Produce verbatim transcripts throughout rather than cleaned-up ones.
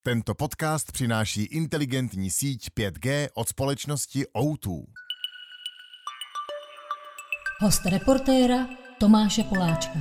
Tento podcast přináší inteligentní síť pět G od společnosti O dva. Host reportéra Tomáše Poláčka.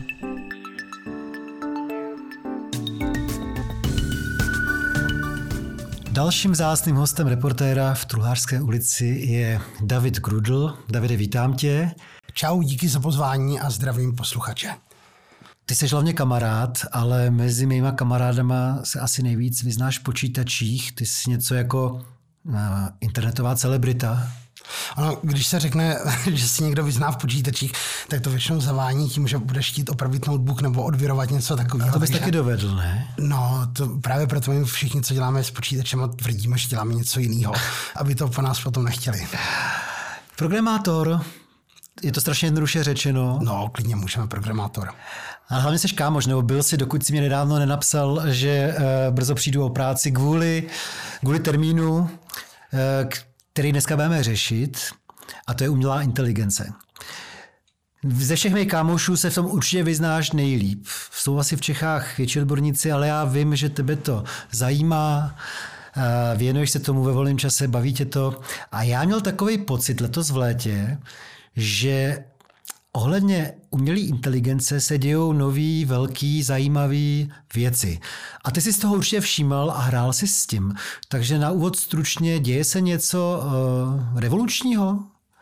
Dalším vzácným hostem reportéra v Truhlářské ulici je David Grudl. Davide, vítám tě. Čau, díky za pozvání a zdravím posluchače. Ty jsi hlavně kamarád, ale mezi mýma kamarádama se asi nejvíc vyznáš v počítačích. Ty jsi něco jako uh, internetová celebrita. Ano, když se řekne, že si někdo vyzná v počítačích, tak to většinou zavání tím, že budeš chtít opravit notebook nebo odvirovat něco takového. A to bys takže... taky dovedl, ne? No, to právě proto my všichni, co děláme s počítačem, tvrdíme, že děláme něco jiného, aby to po nás potom nechtěli. Programátor, je to strašně jednoduše řečeno. No, klidně můžeme programátor. A hlavně jsi kámoš, nebo byl jsi, dokud jsi mě nedávno nenapsal, že uh, brzo přijdu o práci kvůli, kvůli termínu, uh, který dneska budeme řešit, a to je umělá inteligence. Ze všech mých kámošů se v tom určitě vyznáš nejlíp. Jsou asi v Čechách větší odborníci, ale já vím, že tebe to zajímá, věnuješ se tomu ve volném čase, baví tě to. A já měl takový pocit letos v létě, že ohledně umělé inteligence se dějou nový, velký, zajímavý věci. A ty jsi z toho určitě všímal a hrál si s tím. Takže na úvod stručně, děje se něco uh, revolučního?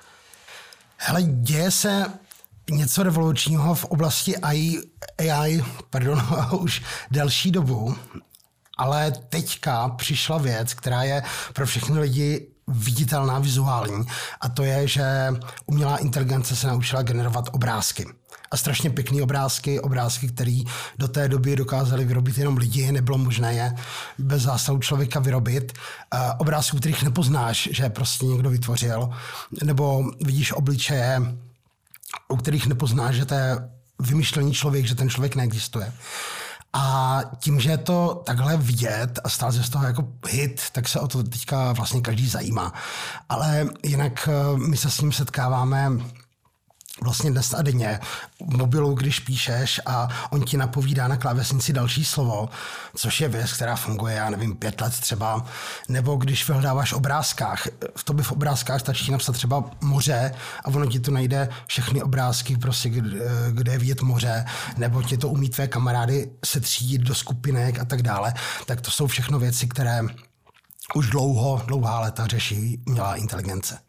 Hele, děje se něco revolučního v oblasti A I, pardon, už delší dobu, ale teďka přišla věc, která je pro všechny lidi viditelná, vizuální, a to je, že umělá inteligence se naučila generovat obrázky. A strašně pěkný obrázky, obrázky, které do té doby dokázali vyrobit jenom lidi, nebylo možné je bez zásahu člověka vyrobit. Obrázky, kterých nepoznáš, že prostě někdo vytvořil, nebo vidíš obličeje, u kterých nepoznáš, že to je vymyšlený člověk, že ten člověk neexistuje. A tím, že je to takhle vidět a stál se z toho jako hit, tak se o to teďka vlastně každý zajímá. Ale jinak my se s ním setkáváme vlastně dnes a denně v mobilu, když píšeš a on ti napovídá na klávesnici další slovo, což je věc, která funguje, já nevím, pět let třeba, nebo když vyhledáváš v obrázkách, v tobě v obrázkách stačí napsat třeba moře a ono ti to najde všechny obrázky, prostě, kde, kde je vidět moře, nebo ti to umí tvé kamarády setřídit do skupinek a tak dále, tak to jsou všechno věci, které už dlouho, dlouhá léta řeší umělá inteligence.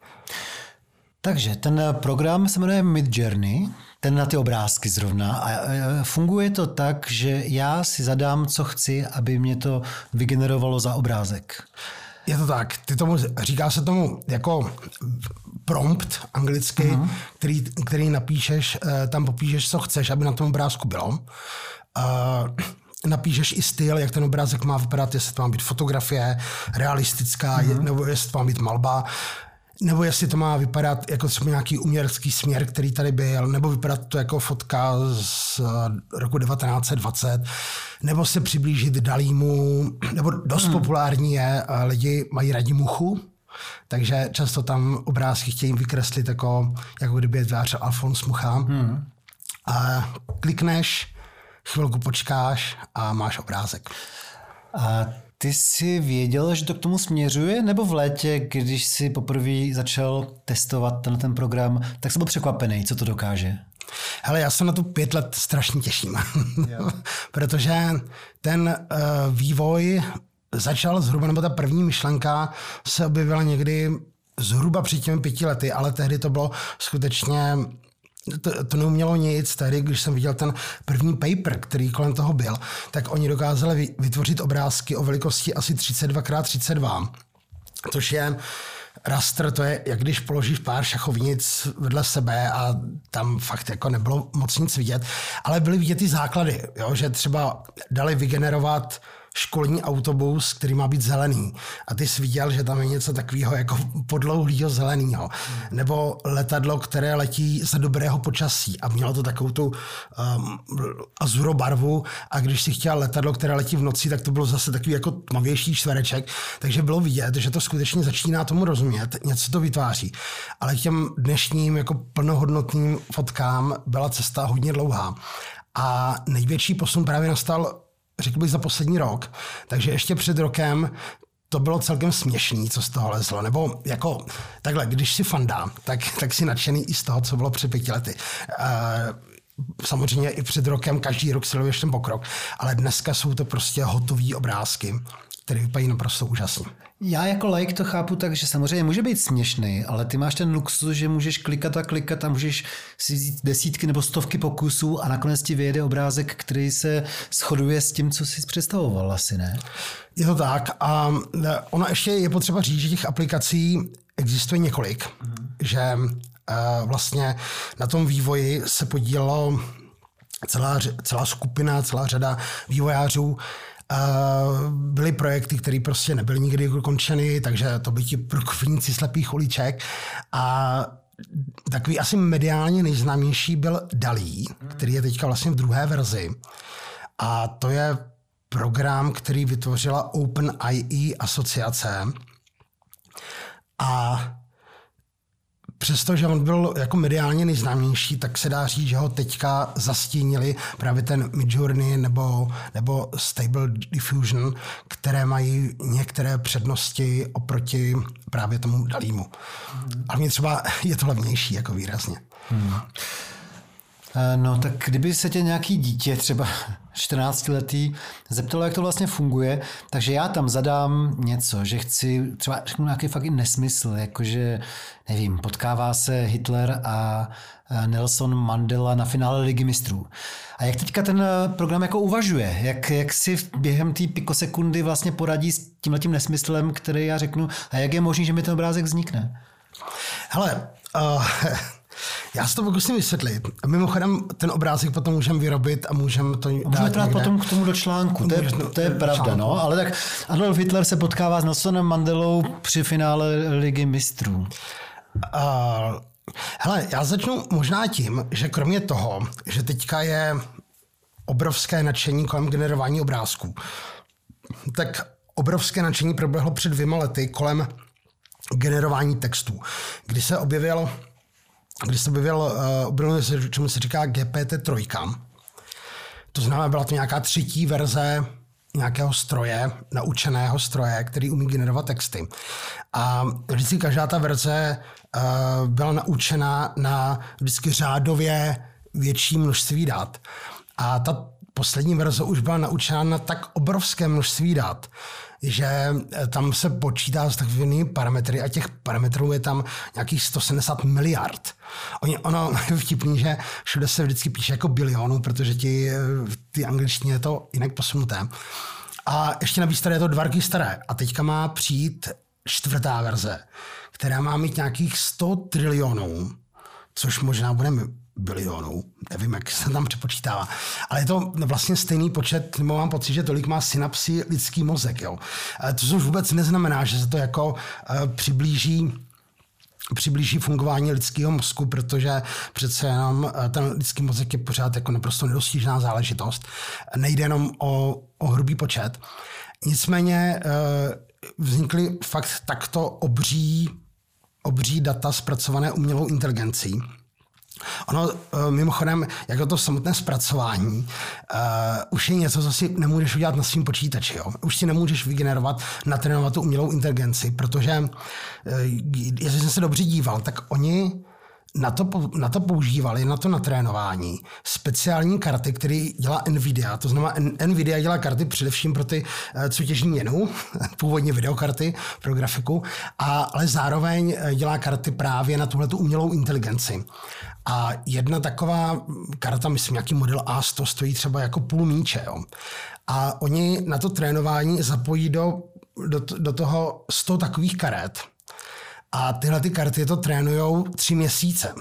Takže ten program se jmenuje Midjourney, ten na ty obrázky zrovna, a funguje to tak, že já si zadám, co chci, aby mě to vygenerovalo za obrázek. Je to tak. Ty tomu, říká se tomu jako prompt anglicky, uh-huh. který, který napíšeš, tam popíšeš, co chceš, aby na tom obrázku bylo. Uh, napíšeš i styl, jak ten obrázek má vypadat, jestli to má být fotografie, realistická, uh-huh. nebo jestli to má být malba, nebo jestli to má vypadat jako třeba nějaký umělecký směr, který tady byl, nebo vypadat to jako fotka z roku devatenáct set dvacet, nebo se přiblížit Dalímu, nebo dost hmm. populární je, lidi mají rádi muchu, takže často tam obrázky chtějí vykreslit jako, jako kdyby je tvářil Alfons Mucha. Hmm. A klikneš, chvilku počkáš a máš obrázek. A ty jsi věděl, že to k tomu směřuje, nebo v létě, když jsi poprvé začal testovat ten, ten program, tak jsi byl překvapený, co to dokáže? Hele, já se na to pět let strašně těším, protože ten uh, vývoj začal zhruba, nebo ta první myšlenka se objevila někdy zhruba před těmi pěti lety, ale tehdy to bylo skutečně... To, to neumělo nic. Tehdy, když jsem viděl ten první paper, který kolem toho byl, tak oni dokázali vytvořit obrázky o velikosti asi třicet dva krát třicet dva, což je raster, to je, jak když položíš pár šachovnic vedle sebe a tam fakt jako nebylo moc nic vidět, ale byly vidět ty základy, jo? Že třeba dali vygenerovat školní autobus, který má být zelený. A ty jsi viděl, že tam je něco takového jako podlouhlýho zelenýho. Hmm. Nebo letadlo, které letí za dobrého počasí a mělo to takovou tu um, azurobarvu, a když si chtěl letadlo, které letí v noci, tak to bylo zase takový jako tmavější čtvereček. Takže bylo vidět, že to skutečně začíná tomu rozumět, něco to vytváří. Ale k těm dnešním jako plnohodnotným fotkám byla cesta hodně dlouhá. A největší posun právě nastal řekl bych za poslední rok, takže ještě před rokem to bylo celkem směšný, co z toho lezlo. Nebo jako takhle, když si fandá, tak, tak si nadšený i z toho, co bylo před pěti lety. Samozřejmě i před rokem, každý rok sleduješ ten pokrok, ale dneska jsou to prostě hotový obrázky, které vypadají naprosto úžasně. Já jako laik to chápu tak, že samozřejmě může být směšný, ale ty máš ten luxus, že můžeš klikat a klikat a můžeš si vzít desítky nebo stovky pokusů a nakonec ti vyjede obrázek, který se shoduje s tím, co jsi představoval asi, ne? Je to tak a ono ještě je potřeba říct, že těch aplikací existuje několik, hmm. že vlastně na tom vývoji se podílelo celá, celá skupina, celá řada vývojářů. Byly projekty, které prostě nebyly nikdy dokončeny, takže to byly ti průkopníci slepých uliček. A takový asi mediálně nejznámější byl DALL-E, který je teďka vlastně v druhé verzi. A to je program, který vytvořila OpenAI asociace. A přestože on byl jako mediálně nejznámější, tak se dá říct, že ho teďka zastínili právě ten Midjourney nebo, nebo Stable Diffusion, které mají některé přednosti oproti právě tomu DALL-Emu. Hmm. A mě třeba je to levnější jako výrazně. Hmm. No tak kdyby se tě nějaký dítě, třeba čtrnáctiletý, zeptalo, jak to vlastně funguje, takže já tam zadám něco, že chci, třeba řeknu nějaký fakt nesmysl, jakože, nevím, potkává se Hitler a Nelson Mandela na finále Ligy mistrů. A jak teďka ten program jako uvažuje, jak, jak si během té pikosekundy vlastně poradí s tímhletím nesmyslem, který já řeknu, a jak je možný, že mi ten obrázek vznikne? Hele, uh... já si to pokusím vysvětlit. A mimochodem ten obrázek potom můžeme vyrobit a můžeme to dát můžeme dát potom k tomu do článku. To je, to je pravda, článku. No. Ale tak Adolf Hitler se potkává s Nelsonem Mandelou při finále Ligy mistrů. Uh, hele, já začnu možná tím, že kromě toho, že teďka je obrovské nadšení kolem generování obrázků, tak obrovské nadšení proběhlo před dvěma lety kolem generování textů, kdy se objevil Když se objevil, uh, objevil se, čemu se říká G P T tři. To znamená, byla to nějaká třetí verze nějakého stroje, naučeného stroje, který umí generovat texty. A vždycky každá ta verze uh, byla naučena na vždycky řádově větší množství dat. A ta poslední verze už byla naučena na tak obrovské množství dat, že tam se počítá s takovými parametry a těch parametrů je tam nějakých sto sedmdesát miliard. Ono je vtipný, že všude se vždycky píše jako bilionů, protože ti, ty angličtině je to jinak posunuté. A ještě navíc tady je to dva roky staré. A teďka má přijít čtvrtá verze, která má mít nějakých sto trilionů, což možná bude bilionů, nevím, jak se tam přepočítává. Ale je to vlastně stejný počet, nebo mám pocit, že tolik má synapsy lidský mozek. Jo. To už vůbec neznamená, že se to jako uh, přiblíží přiblíží fungování lidského mozku, protože přece jenom ten lidský mozek je pořád jako naprosto nedostižná záležitost. Nejde jenom o, o hrubý počet. Nicméně uh, vznikly fakt takto obří, obří data zpracované umělou inteligencí. Ono, mimochodem, jako to samotné zpracování, uh, už je něco, co si nemůžeš udělat na svým počítači. Jo? Už si nemůžeš vygenerovat, natrénovat tu umělou inteligenci, protože, uh, jestli jsem se dobře díval, tak oni na to, na to používali, na to natrénování, speciální karty, které dělá Nvidia. To znamená, Nvidia dělá karty především pro ty, co těží měnu, původně videokarty pro grafiku, a, ale zároveň dělá karty právě na tuhletu umělou inteligenci. A jedna taková karta, myslím, nějaký model A sto, stojí třeba jako půl míče. Jo. A oni na to trénování zapojí do, do, do toho sto takových karet. A tyhle ty karty to trénujou tři měsíce.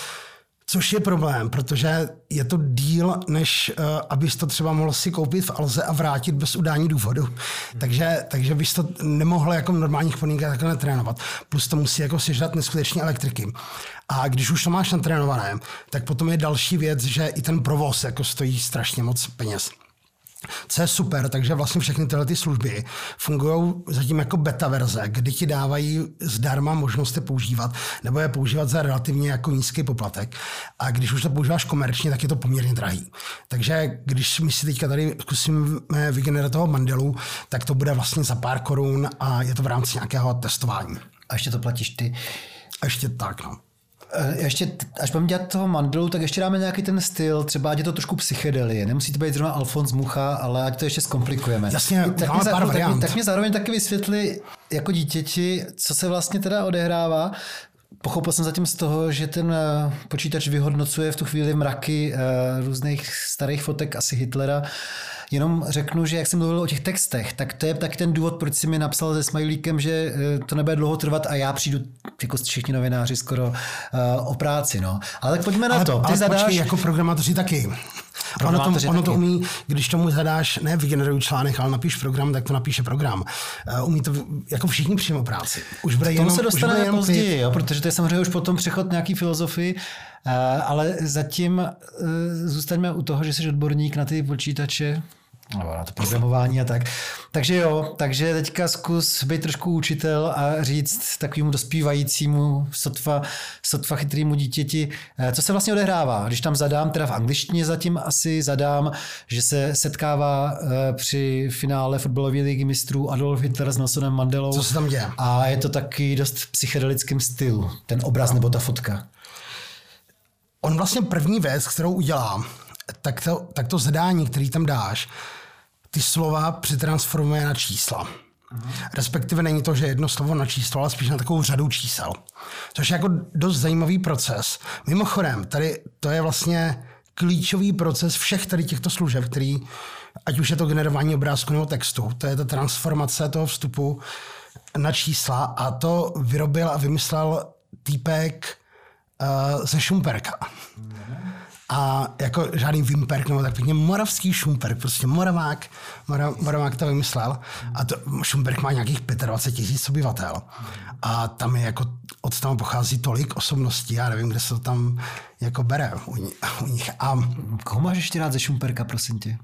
Což je problém, protože je to díl, než uh, abys to třeba mohl si koupit v Alze a vrátit bez udání důvodu. Hmm. Takže, takže bys to nemohl jako v normálních podmínkách takhle netrénovat. Plus to musí jako sežrat neskutečně elektriky. A když už to máš natrénované, tak potom je další věc, že i ten provoz jako stojí strašně moc peněz. Co je super, takže vlastně všechny tyhle ty služby fungují zatím jako beta verze, kdy ti dávají zdarma možnost je používat, nebo je používat za relativně jako nízký poplatek. A když už to používáš komerčně, tak je to poměrně drahý. Takže když my si teďka tady zkusíme vygenerovat toho Mandelu, tak to bude vlastně za pár korun a je to v rámci nějakého testování. A ještě to platíš ty? A ještě tak, no. Ještě, až budeme dělat toho Mandelu, tak ještě dáme nějaký ten styl, třeba ať je to trošku psychedelie. Nemusí to být zrovna Alfons Mucha, ale ať to ještě zkomplikujeme. Jasně, tak máme mě, pár tak, variant. tak mě zároveň taky vysvětli jako dítěti, co se vlastně teda odehrává. Pochopil jsem zatím z toho, že ten počítač vyhodnocuje v tu chvíli mraky různých starých fotek asi Hitlera. Jenom řeknu, že jak jsem mluvil o těch textech, tak to je taky ten důvod, proč si mi napsal se smajlíkem, že to nebude dlouho trvat a já přijdu, jako všichni novináři, skoro uh, o práci. No. Ale tak pojďme na ale, to. Ty ale zadáš... počkej, jako programátoři taky. Ono to, ono to umí, když tomu zadáš, ne vygeneruj článek, ale napíš program, tak to napíše program. Uh, umí to jako všichni přímo práci. Už bude jenom, se dostaneme později, jo, protože to je samozřejmě už potom přechod nějaký filozofii, uh, ale zatím uh, zůstaňme u toho, že jsi odborník na ty počítače, nebo na to programování a tak. Takže jo, takže teďka zkus být trošku učitel a říct takovému dospívajícímu sotva, sotva chytrýmu dítěti, co se vlastně odehrává. Když tam zadám, teda v angličtině zatím asi zadám, že se setkává při finále fotbalové ligy mistrů Adolf Hitler s Nelsonem Mandelou. Co se tam děje? A je to taky dost v psychedelickém stylu, ten obraz no. nebo ta fotka. On vlastně první věc, kterou udělá, tak to, tak to zadání, který tam dáš, ty slova přetransformuje na čísla. Uhum. Respektive není to, že jedno slovo na číslo, ale spíš na takovou řadu čísel. Což je jako dost zajímavý proces. Mimochodem, tady to je vlastně klíčový proces všech tady těchto služeb, který, ať už je to generování obrázku nebo textu, to je ta transformace toho vstupu na čísla a to vyrobil a vymyslel týpek uh, ze Šumperka. Uhum. A jako žádný Vimperk, nebo tak pěkně moravský Šumperk, prostě Moravák, Morav, Moravák to vymyslel. A to, Šumperk má nějakých dvacet pět tisíc obyvatel. A tam je jako, od tam pochází tolik osobností, já nevím, kde se to tam jako bere u, u nich. A koho máš ještě rád ze Šumperka, prosím tě?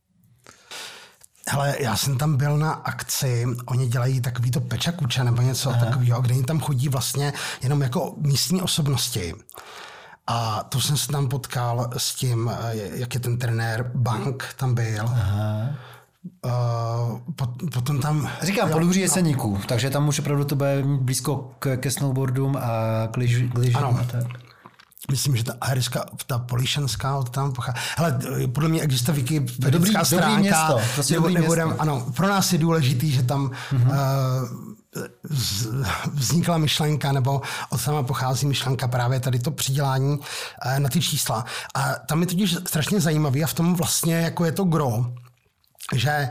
Hele, já jsem tam byl na akci, oni dělají takový to Peča Kuča nebo něco Aha. takového, kde jim tam chodí vlastně jenom jako místní osobnosti. A to jsem se tam potkal s tím, jak je ten trenér Bank tam byl. Aha. Uh, potom tam... Říkám, Polůří Jeseníků, takže tam už opravdu to bude blízko k, ke snowboardům a k lyžím. Ano. Myslím, že ta herská, ta polišenská od tam pochází. Hele, podle mě existuje wikipedická stránka. Dobrý město. Prostě nebo, dobrý nebudem, město. Ano, pro nás je důležitý, že tam uh-huh. uh, vznikla myšlenka, nebo od tam pochází myšlenka právě tady to přidělání uh, na ty čísla. A tam je totiž strašně zajímavý a v tom vlastně jako je to gro, že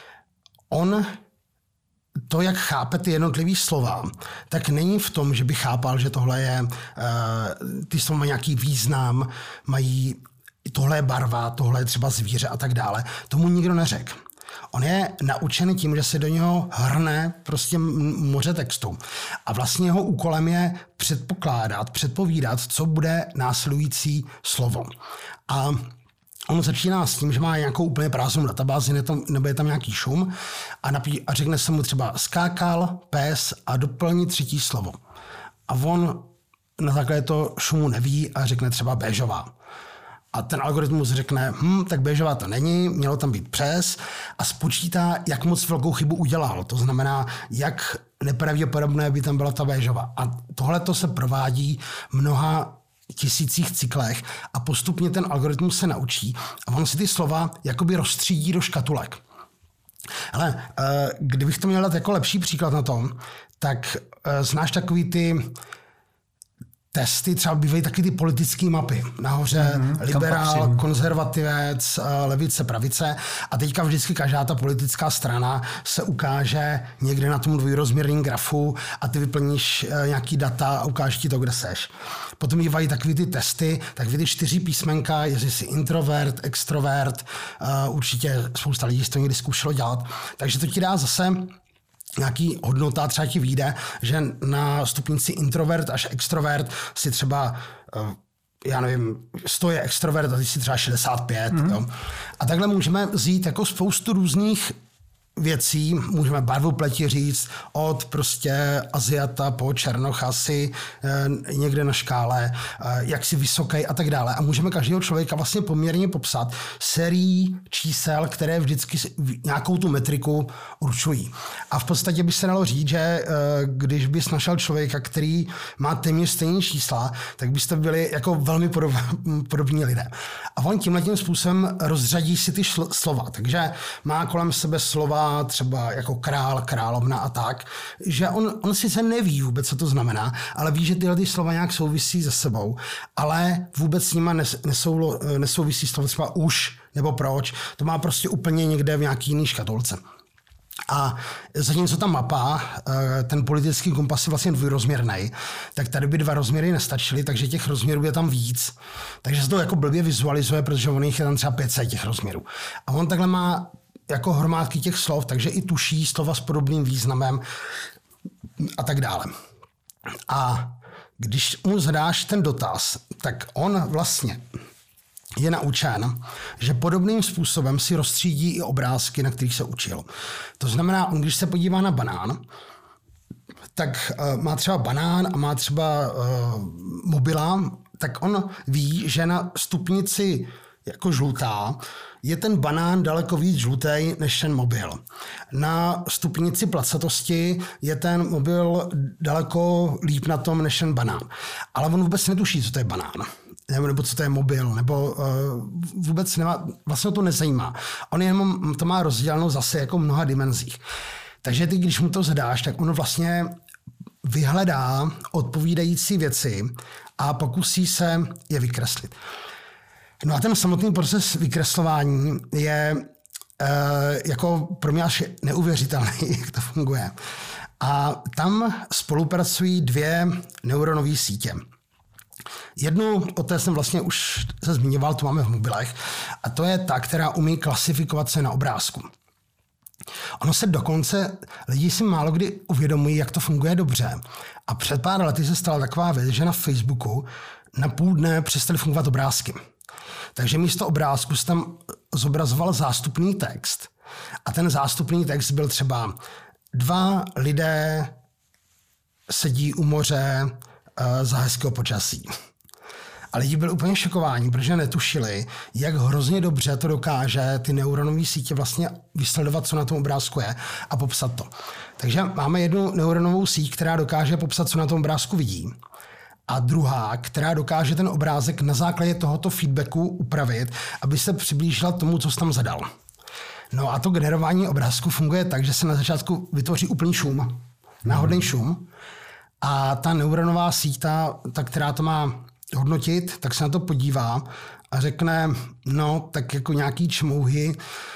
on to, jak chápe ty jednotlivý slova, tak není v tom, že by chápal, že tohle je, uh, ty slova mají nějaký význam, mají, tohle je barva, tohle je třeba zvíře a tak dále. Tomu nikdo neřekl. On je naučený tím, že se do něho hrne prostě moře textu. A vlastně jeho úkolem je předpokládat, předpovídat, co bude následující slovo. A on začíná s tím, že má nějakou úplně prázdnou databázi, nebo je tam nějaký šum a, napí, a řekne se mu třeba skákal, pes a doplní třetí slovo. A on na základě toho šumu neví a řekne třeba béžová. A ten algoritmus řekne, hm, tak béžová to není, mělo tam být přes a spočítá, jak moc velkou chybu udělal. To znamená, jak nepravděpodobné by tam byla ta béžová. A tohle to se provádí mnoha tisících cyklech a postupně ten algoritmus se naučí a on si ty slova jakoby rozstřídí do škatulek. Hele, kdybych to měl dát jako lepší příklad na tom, tak znáš takový ty testy, třeba bývají taky ty politické mapy. Nahoře mm-hmm, liberál, konzervativec, levice, pravice a teďka vždycky každá ta politická strana se ukáže někde na tom dvojrozměrném grafu a ty vyplníš nějaký data a ukáže ti to, kde seš. Potom bývají takový ty testy, takový ty čtyři písmenka, jestli jsi introvert, extrovert, určitě spousta lidí to někdy zkoušelo dělat. Takže to ti dá zase nějaký hodnota, třeba ti vyjde, že na stupnici introvert až extrovert si třeba uh, já nevím, sto je extrovert a ty si třeba šedesát pět. Mm-hmm. Jo. A takhle můžeme vzít jako spoustu různých věcí, můžeme barvu pleti říct, od prostě Aziata po Černochasy, někde na škále, jak si vysoký a tak dále. A můžeme každého člověka vlastně poměrně popsat sérií čísel, které vždycky nějakou tu metriku určují. A v podstatě by se dalo říct, že když bys našel člověka, který má téměř stejné čísla, tak byste byli jako velmi podob, podobní lidé. A on tímhletím způsobem rozřadí si ty šl- slova. Takže má kolem sebe slova třeba jako král, královna a tak, že on, on sice neví vůbec, co to znamená, ale ví, že tyhle ty slova nějak souvisí se sebou, ale vůbec s nima nes, nesou, nesouvisí slova třeba už nebo proč. To má prostě úplně někde v nějaký jiný škatulce. A zatímco ta mapa, ten politický kompas je vlastně dvojrozměrný, tak tady by dva rozměry nestačily, takže těch rozměrů je tam víc. Takže se to jako blbě vizualizuje, protože on jich je tam třeba pět set těch rozměrů. A on takhle má jako hromádky těch slov, takže i tuší slova s podobným významem a tak dále. A když mu zadáš ten dotaz, tak on vlastně je naučen, že podobným způsobem si rozstřídí i obrázky, na kterých se učil. To znamená, on když se podívá na banán, tak uh, má třeba banán a má třeba uh, mobila, tak on ví, že na stupnici jako žlutá je ten banán daleko víc žlutý než ten mobil. Na stupnici placatosti je ten mobil daleko líp na tom než ten banán. Ale on vůbec netuší, co to je banán. Nebo, nebo co to je mobil, nebo uh, vůbec nemá, vlastně to nezajímá. On jenom to má rozděleno zase jako v mnoha dimenzích. Takže ty, když mu to zadáš, tak on vlastně vyhledá odpovídající věci a pokusí se je vykreslit. No a ten samotný proces vykreslování je e, jako pro mě až neuvěřitelný, jak to funguje. A tam spolupracují dvě neuronové sítě. Jednu, o té jsem vlastně už se zmiňoval, tu máme v mobilech, a to je ta, která umí klasifikovat se na obrázku. Ono se dokonce, lidi si málo kdy uvědomují, jak to funguje dobře. A před pár lety se stala taková věc, že na Facebooku na půl dne přestaly fungovat obrázky. Takže místo obrázku se tam zobrazoval zástupný text. A ten zástupný text byl třeba dva lidé sedí u moře uh, za hezkého počasí. A lidi byli úplně šokováni, protože netušili, jak hrozně dobře to dokáže ty neuronové sítě vlastně vysledovat, co na tom obrázku je a popsat to. Takže máme jednu neuronovou síť, která dokáže popsat, co na tom obrázku vidí. A druhá, která dokáže ten obrázek na základě tohoto feedbacku upravit, aby se přiblížila tomu, co jsi tam zadal. No a to generování obrázku funguje tak, že se na začátku vytvoří úplný šum, náhodný šum. A ta neuronová síť, ta, ta, která to má hodnotit, tak se na to podívá a řekne, no, tak jako nějaký čmouhy,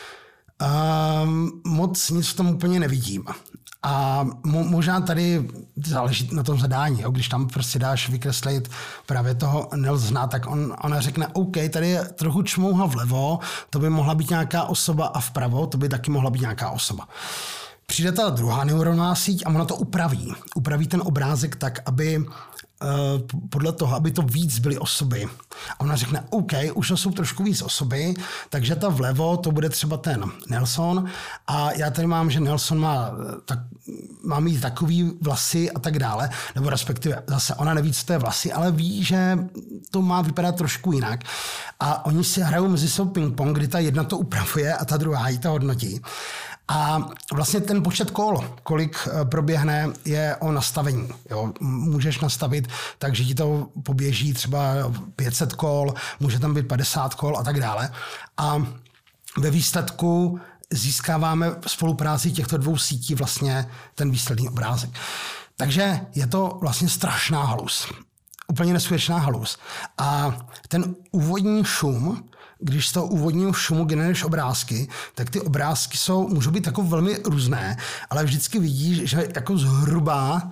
um, moc nic v tom úplně nevidím. A mo- možná tady záleží na tom zadání, jo? Když tam prostě dáš vykreslit právě toho Nelsona, tak on, ona řekne, OK, tady je trochu čmouha vlevo, to by mohla být nějaká osoba a vpravo, to by taky mohla být nějaká osoba. Přijde ta druhá neuronová síť a ona to upraví. Upraví ten obrázek tak, aby podle toho, aby to víc byly osoby. A ona řekne, OK, už to jsou trošku víc osoby, takže ta vlevo, to bude třeba ten Nelson a já tady mám, že Nelson má, tak, má mít takový vlasy a tak dále, nebo respektive zase ona neví, co to je vlasy, ale ví, že to má vypadat trošku jinak. A oni si hrajou mezi sebou ping-pong, kdy ta jedna to upravuje a ta druhá ji to hodnotí. A vlastně ten počet kol, kolik proběhne, je o nastavení. Jo? Můžeš nastavit tak, že ti to poběží třeba pět set kol, může tam být padesát kol a tak dále. A ve výsledku získáváme spolupráci těchto dvou sítí vlastně ten výsledný obrázek. Takže je to vlastně strašná halus. Úplně neskutečná halus. A ten úvodní šum, když z toho úvodního šumu generuješ obrázky, tak ty obrázky jsou, můžou být jako velmi různé, ale vždycky vidíš, že jako zhruba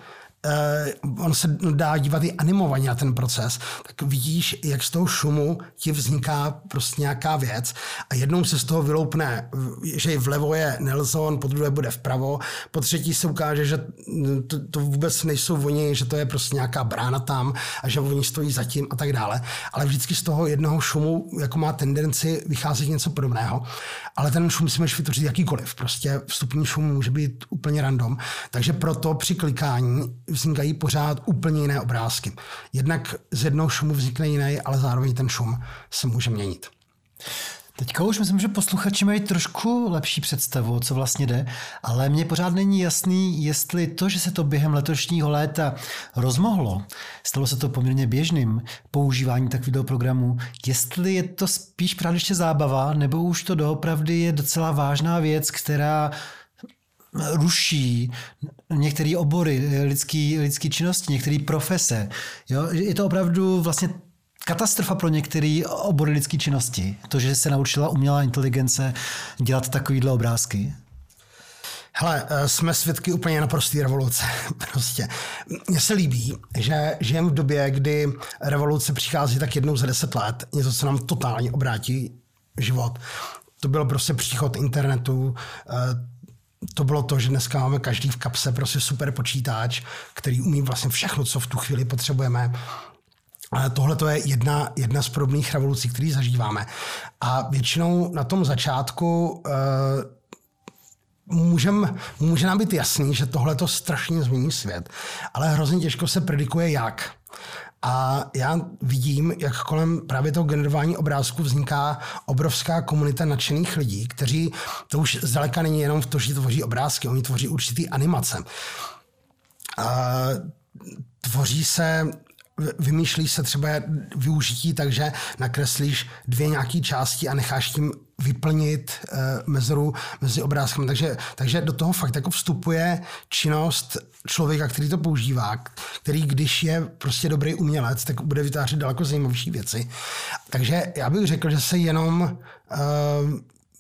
uh, on se dá dívat i animovaně na ten proces, tak vidíš, jak z toho šumu ti vzniká prostě nějaká věc a jednou se z toho vyloupne, že vlevo je Nelson, po druhé bude vpravo, po třetí se ukáže, že to, to vůbec nejsou oni, že to je prostě nějaká brána tam a že oni stojí zatím a tak dále. Ale vždycky z toho jednoho šumu jako má tendenci vycházet něco podobného. Ale ten šum si můžeš vytvořit jakýkoliv. Prostě vstupní šum může být úplně random. Takže proto při klikání vznikají pořád úplně jiné obrázky. Jednak z jednoho šumu vznikne jiný, ale zároveň ten šum se může měnit. Teďka už myslím, že posluchači mají trošku lepší představu, o co vlastně jde, ale mně pořád není jasný, jestli to, že se to během letošního léta rozmohlo, stalo se to poměrně běžným používání takového programu, jestli je to spíš právě ještě zábava, nebo už to doopravdy je docela vážná věc, která ruší některé obory lidský, lidský činnosti, některé profese. Jo? Je to opravdu vlastně katastrofa pro některé obory lidské činnosti. To, že se naučila umělá inteligence dělat takovýhle obrázky. Hele, jsme svědky úplně naprostý revoluce. Prostě. Mně se líbí, že žijeme v době, kdy revoluce přichází tak jednou za deset let. Něco, co nám totálně obrátí život. To byl prostě příchod internetu. To bylo to, že dneska máme každý v kapse prostě super počítač, který umí vlastně všechno, co v tu chvíli potřebujeme. Tohle to je jedna, jedna z podobných revolucí, které zažíváme. A většinou na tom začátku uh, můžem, může nám být jasný, že tohle to strašně změní svět. Ale hrozně těžko se predikuje jak. A já vidím, jak kolem právě toho generování obrázků vzniká obrovská komunita nadšených lidí, kteří, to už zdaleka není jenom v to, že tvoří obrázky, oni tvoří určitý animace. Uh, tvoří se Vymýšlí se třeba využití, takže nakreslíš dvě nějaké části a necháš tím vyplnit uh, mezeru mezi obrázkem. Takže, takže do toho fakt jako vstupuje činnost člověka, který to používá, který když je prostě dobrý umělec, tak bude vytvářet daleko zajímavější věci. Takže já bych řekl, že se jenom uh,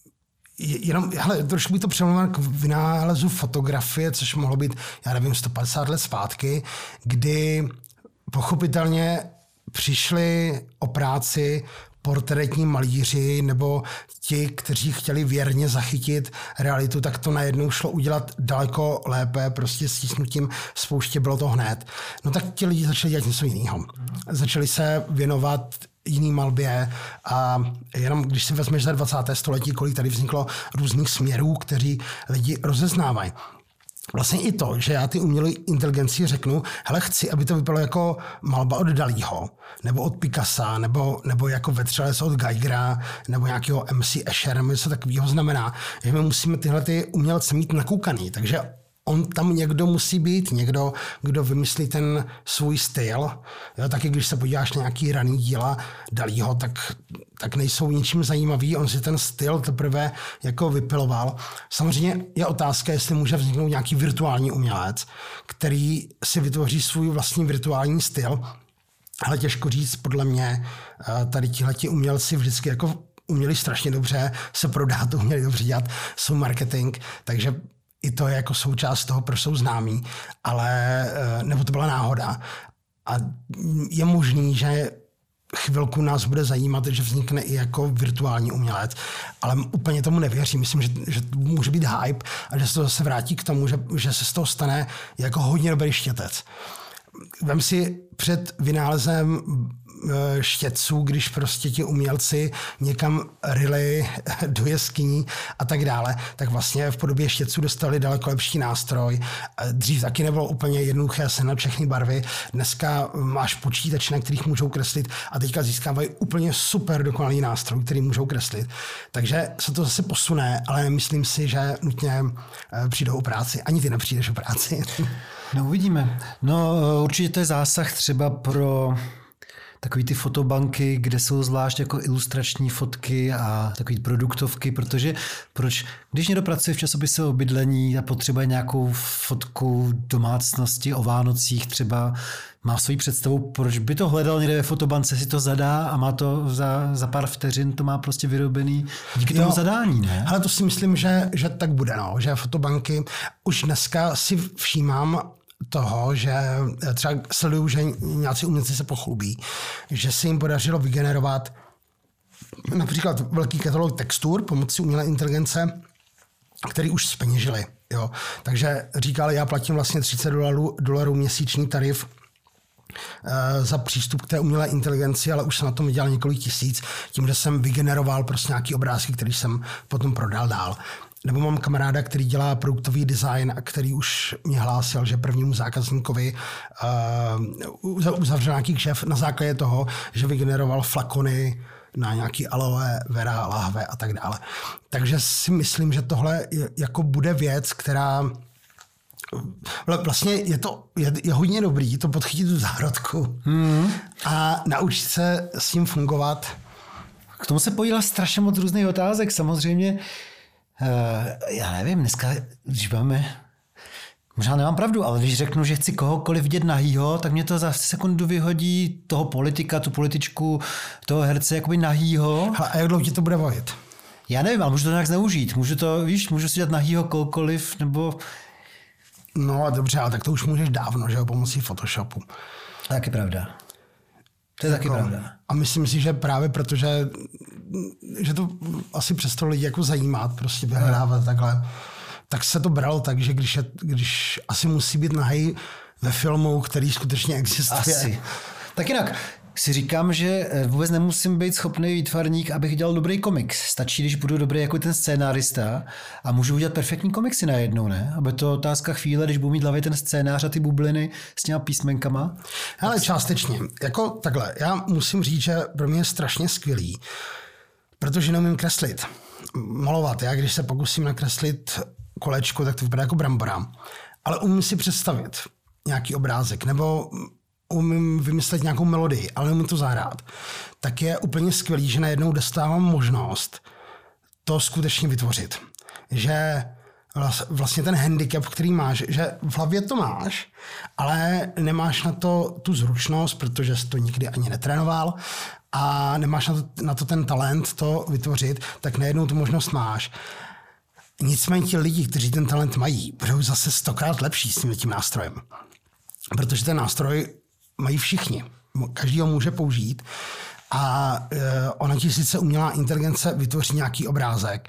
Jenom, hele, trošku by to přemluvil k vynálezu fotografie, což mohlo být, já nevím, sto padesát let zpátky, kdy pochopitelně přišli o práci portrétní malíři nebo ti, kteří chtěli věrně zachytit realitu, tak to najednou šlo udělat daleko lépe, prostě stisnutím spouště bylo to hned. No tak ti lidi začali dělat něco jiného. Začali se věnovat jiný malbě a jenom když si vezmeš za dvacáté století, kolik tady vzniklo různých směrů, kteří lidi rozeznávají. Vlastně i to, že já ty umělé inteligenci řeknu, hele, chci, aby to vypadalo jako malba od Dalího, nebo od Picassa, nebo, nebo jako Vetřelec od Geigera, nebo nějakého M C Escher, nebo něco takového znamená, že my musíme tyhle ty umělce mít nakoukaný, takže on tam někdo musí být, někdo, kdo vymyslí ten svůj styl. Jo, taky když se podíváš na nějaký raný díla Dalího, tak, tak nejsou ničím zajímavý. On si ten styl teprve jako vypiloval. Samozřejmě je otázka, jestli může vzniknout nějaký virtuální umělec, který si vytvoří svůj vlastní virtuální styl. Ale těžko říct, podle mě, tady tihleti umělci vždycky jako uměli strašně dobře se prodat, uměli dobře dělat svůj marketing, takže i to je jako součást toho, proč jsou známí, ale nebo to byla náhoda. A je možný, že chvilku nás bude zajímat, že vznikne i jako virtuální umělec, ale úplně tomu nevěřím. Myslím, že, že to může být hype a že se to zase vrátí k tomu, že, že se z toho stane jako hodně dobrý štětec. Vem si před vynálezem štětců, když prostě ti umělci někam ryli do jeskyní a tak dále, tak vlastně v podobě štětců dostali daleko lepší nástroj. Dřív taky nebylo úplně jednoduché sehnat všechny barvy. Dneska máš počítače, na kterých můžou kreslit a teďka získávají úplně super dokonalý nástroj, který můžou kreslit. Takže se to zase posune, ale myslím si, že nutně přijdou o práci. Ani ty nepřijdeš o práci. No uvidíme. No určitě to je zásah třeba pro takový ty fotobanky, kde jsou zvlášť jako ilustrační fotky a takový produktovky, protože proč, když někdo pracuje v časopise o bydlení a potřebuje nějakou fotku domácnosti o Vánocích třeba, má svoji představu, proč by to hledal někde ve fotobance, si to zadá a má to za, za pár vteřin, to má prostě vyrobený díky tomu jo, zadání, ne? Ale to si myslím, že, že tak bude, no, že fotobanky už dneska si všímám toho, že třeba sleduju, že nějací umělci se pochlubí, že se jim podařilo vygenerovat například velký katalog textur pomocí umělé inteligence, který už zpeněžili. Jo. Takže říkali, já platím vlastně třicet dolarů, dolarů měsíční tarif e, za přístup k té umělé inteligenci, ale už jsem na tom vydělal několik tisíc, tím, že jsem vygeneroval prostě nějaký obrázky, který jsem potom prodal dál. Nebo mám kamaráda, který dělá produktový design a který už mě hlásil, že prvnímu zákazníkovi uh, uzavřel nějaký kšef na základě toho, že vygeneroval flakony na nějaký aloe, vera, lahve a tak dále. Takže si myslím, že tohle je, jako bude věc, která vlastně je to je, je hodně dobrý to podchytit tu zárodku hmm. a naučit se s ním fungovat. K tomu se podílá strašně moc různých otázek. Samozřejmě Uh, já nevím, dneska, když máme, možná nemám pravdu, ale když řeknu, že chci kohokoliv vidět nahýho, tak mě to za sekundu vyhodí toho politika, tu političku, toho herce jakoby nahýho. A jak dlouho ti to bude bavit? Já nevím, ale můžu to nějak zneužít. Můžu to, víš, můžu si dělat nahýho kohokoliv, nebo... No tak dobře, ale tak to už můžeš dávno, že jo, pomocí Photoshopu. Tak je pravda. To je taky jako, pravda. A myslím si, že právě protože že to asi přestalo lidi jako zajímat, prostě vyhledávat takhle, tak se to bralo tak, že když, je, když asi musí být nahej ve filmu, který skutečně existuje. Asi. Tak jinak si říkám, že vůbec nemusím být schopný výtvarník, abych dělal dobrý komiks. Stačí, když budu dobrý jako ten scénárista a můžu udělat perfektní komiksy najednou, ne? Aby to otázka chvíle, když budu mít hlavě ten scénář a ty bubliny s těma písmenkama. Ale částečně. Jako takhle. Já musím říct, že pro mě je strašně skvělý, protože neumím kreslit. Malovat. Já když se pokusím nakreslit kolečko, tak to vypadá jako brambora. Ale umím si představit nějaký obrázek, nebo umím vymyslet nějakou melodii, ale neumím to zahrát. Tak je úplně skvělý, že najednou dostávám možnost to skutečně vytvořit. Že vlastně ten handicap, který máš, že v hlavě to máš, ale nemáš na to tu zručnost, protože jsi to nikdy ani netrénoval a nemáš na to, na to ten talent to vytvořit, tak najednou tu možnost máš. Nicméně ti lidi, kteří ten talent mají, budou zase stokrát lepší s tím, tím nástrojem. Protože ten nástroj mají všichni. Každý ho může použít a e, ona ti sice umělá inteligence vytvoří nějaký obrázek,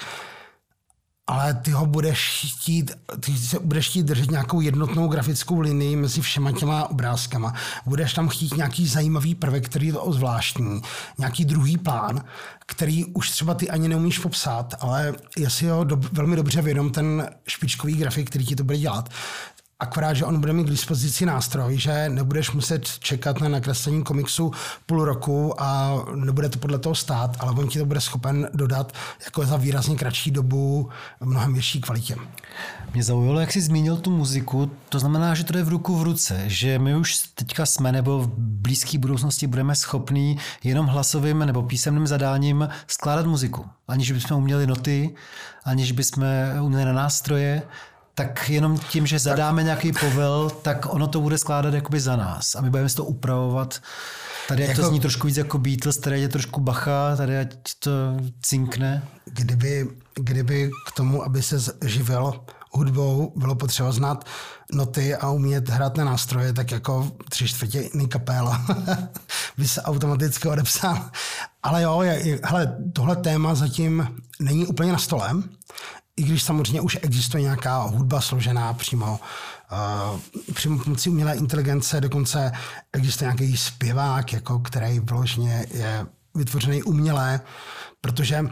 ale ty ho budeš chtít, ty se budeš chtít držet nějakou jednotnou grafickou linii mezi všema těma obrázkama. Budeš tam chtít nějaký zajímavý prvek, který je to zvláštní, nějaký druhý plán, který už třeba ty ani neumíš popsat, ale je si ho do, velmi dobře vědom ten špičkový grafik, který ti to bude dělat. Akorát, že on bude mít k dispozici nástroj, že nebudeš muset čekat na nakreslení komiksu půl roku a nebude to podle toho stát, ale on ti to bude schopen dodat jako za výrazně kratší dobu v mnohem větší kvalitě. Mě zaujalo, jak jsi zmínil tu muziku, to znamená, že to jde v ruku v ruce, že my už teďka jsme nebo v blízké budoucnosti budeme schopní jenom hlasovým nebo písemným zadáním skládat muziku. Aniž bychom uměli noty, aniž bychom uměli na nástroje, tak jenom tím, že zadáme nějaký povel, tak ono to bude skládat jakoby za nás. A my budeme si to upravovat. Tady jako, to zní trošku víc jako Beatles, tady je trošku Bacha, tady ať to cinkne. Kdyby, kdyby k tomu, aby se živil hudbou, bylo potřeba znát noty a umět hrát na nástroje, tak jako tři čtvrtiny kapela by se automaticky odepsal. Ale jo, je, hele, tohle téma zatím není úplně na stole. I když samozřejmě už existuje nějaká hudba složená přímo, uh, přímo pomocí umělé inteligence, dokonce existuje nějaký zpěvák, jako, který vložně je vytvořený uměle, protože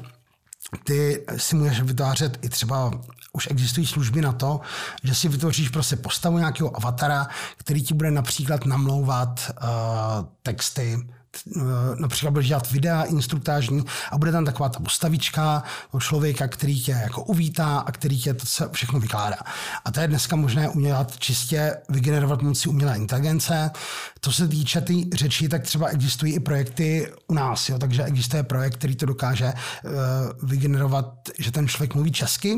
ty si můžeš vytvářet i třeba, už existují služby na to, že si vytvoříš prostě postavu nějakého avatara, který ti bude například namlouvat uh, texty, například budeš dělat videa instruktážní a bude tam taková ta postavička člověka, který tě jako uvítá a který tě to všechno vykládá. A to je dneska možné udělat čistě, vygenerovat pomocí umělé inteligence. To se týče té tý řeči, tak třeba existují i projekty u nás, jo? Takže existuje projekt, který to dokáže uh, vygenerovat, že ten člověk mluví česky.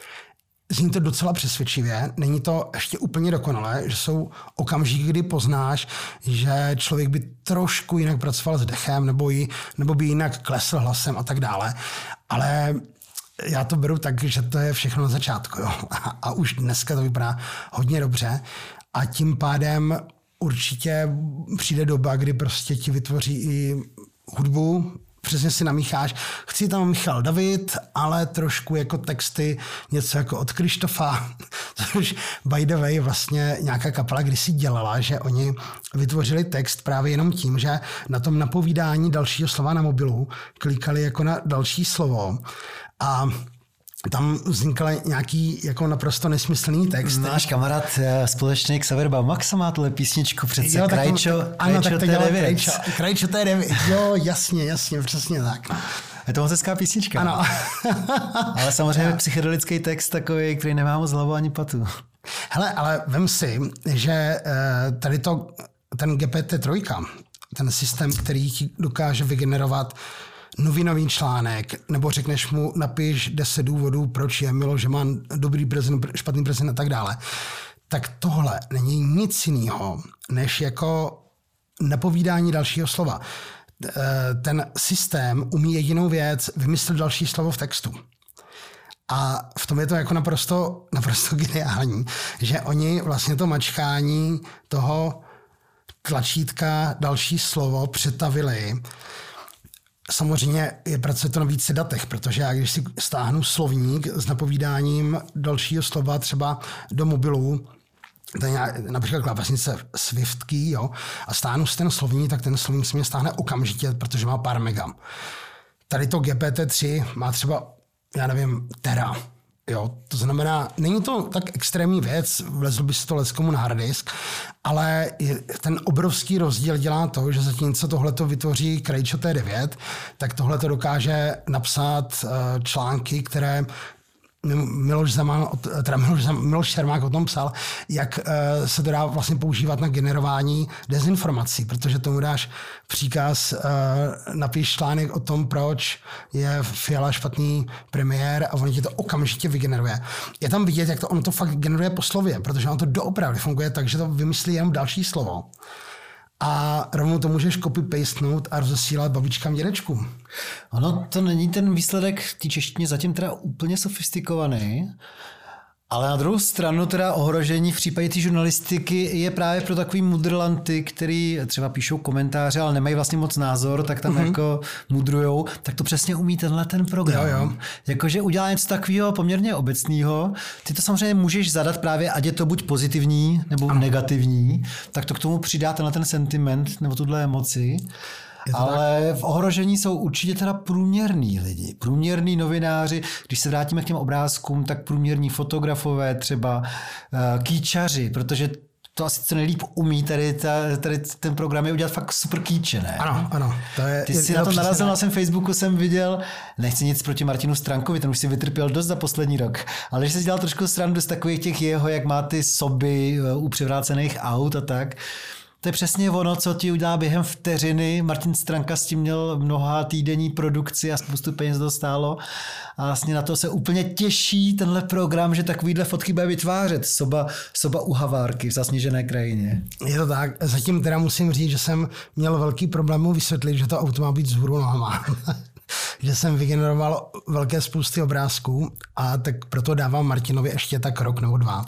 Zní to docela přesvědčivě, není to ještě úplně dokonalé, že jsou okamžiky, kdy poznáš, že člověk by trošku jinak pracoval s dechem nebo, jí, nebo by jinak klesl hlasem a tak dále. Ale já to beru tak, že to je všechno na začátku. Jo? A, a už dneska to vypadá hodně dobře. a tím pádem určitě přijde doba, kdy prostě ti vytvoří i hudbu, přesně si namícháš. Chci tam Michal David, ale trošku jako texty, něco jako od Krištofa, což by the way vlastně nějaká kapela kdysi dělala, že oni vytvořili text právě jenom tím, že na tom napovídání dalšího slova na mobilu klikali jako na další slovo a tam vznikl nějaký jako naprosto nesmyslný text. Náš kamarád společný Xaver Bamax má tuhle písničku přece. Jo, Krajčo, ano, tak to dělá Krajčo. Krajčo T devět. Jo, jasně, jasně, přesně tak. Je to moc hezká písnička. Ano. Ale samozřejmě psychedelický text takový, který nemá moc hlavu ani patu. Hele, ale vem si, že tady to, ten G P T tři, ten systém, který ti dokáže vygenerovat novinový článek, nebo řekneš mu, napiš deset důvodů, proč je Miloš Zeman dobrý prezident, špatný prezident a tak dále, tak tohle není nic jiného, než jako napovídání dalšího slova. Ten systém umí jedinou věc, vymyslet další slovo v textu. A v tom je to jako naprosto, naprosto geniální, že oni vlastně to mačkání toho tlačítka další slovo přetavili. Samozřejmě je pracuje to na více datech, protože já když si stáhnu slovník s napovídáním dalšího slova třeba do mobilu, to je například klávesnice Swift key, jo, a stáhnu si ten slovník, tak ten slovník se mě stáhne okamžitě, protože má pár mega. Tady to G P T tři má třeba, já nevím, tera. Jo, to znamená, není to tak extrémní věc, vlezl by si to leckomu na harddisk, ale ten obrovský rozdíl dělá to, že zatímco tohleto vytvoří Krajčo T devět, tak tohleto dokáže napsat články, které Miloš Zeman, teda Miloš, Zeman, Miloš Čermák o tom psal, jak uh, se to dá vlastně používat na generování dezinformací, protože tomu dáš příkaz, uh, napíš článek o tom, proč je Fiala špatný premiér a on ti to okamžitě vygeneruje. Je tam vidět, jak to on to fakt generuje po slově, protože on to doopravdy funguje tak, že to vymyslí jenom další slovo. A rovnou to můžeš copy-pastenout a rozesílat babičkám, dědečkům. Ono to není ten výsledek v té češtině zatím teda úplně sofistikovaný, ale na druhou stranu teda ohrožení v případě té žurnalistiky je právě pro takový mudrlanty, který třeba píšou komentáře, ale nemají vlastně moc názor, tak tam uh-huh. jako mudrujou, tak to přesně umí tenhle ten program. Jo, jo. Jakože udělá něco takového poměrně obecného. Ty to samozřejmě můžeš zadat právě, ať je to buď pozitivní nebo ano. negativní, tak to k tomu přidá tenhle ten sentiment nebo tuhle emoci. Ale v ohrožení jsou určitě teda průměrní lidi, průměrní novináři. Když se vrátíme k těm obrázkům, tak průměrní fotografové, třeba uh, kýčaři, protože to asi co nejlíp umí tady, ta, tady ten program je udělat fakt super kýče, ne? Ano, ano. To je, Ty jsi je, na to narazil, ne? na svém Facebooku jsem viděl, nechci nic proti Martinu Strankovi, ten už si vytrpěl dost za poslední rok, ale když jsi dělal trošku srandu z takových těch jeho, jak má ty soby u převrácených aut a tak, to je přesně ono, co ti udělá během vteřiny. Martin Stranka s tím měl mnoha týdenní produkci a spoustu peněz to stálo. A vlastně na to se úplně těší tenhle program, že takovýhle fotky bude vytvářet. Soba, soba u Havárky v zasněžené krajině. Je to tak. Zatím teda musím říct, že jsem měl velký problém mu vysvětlit, že to auto má být vzhůru nohama. Že jsem vygeneroval velké spousty obrázků a tak proto dávám Martinovi ještě tak rok nebo dva.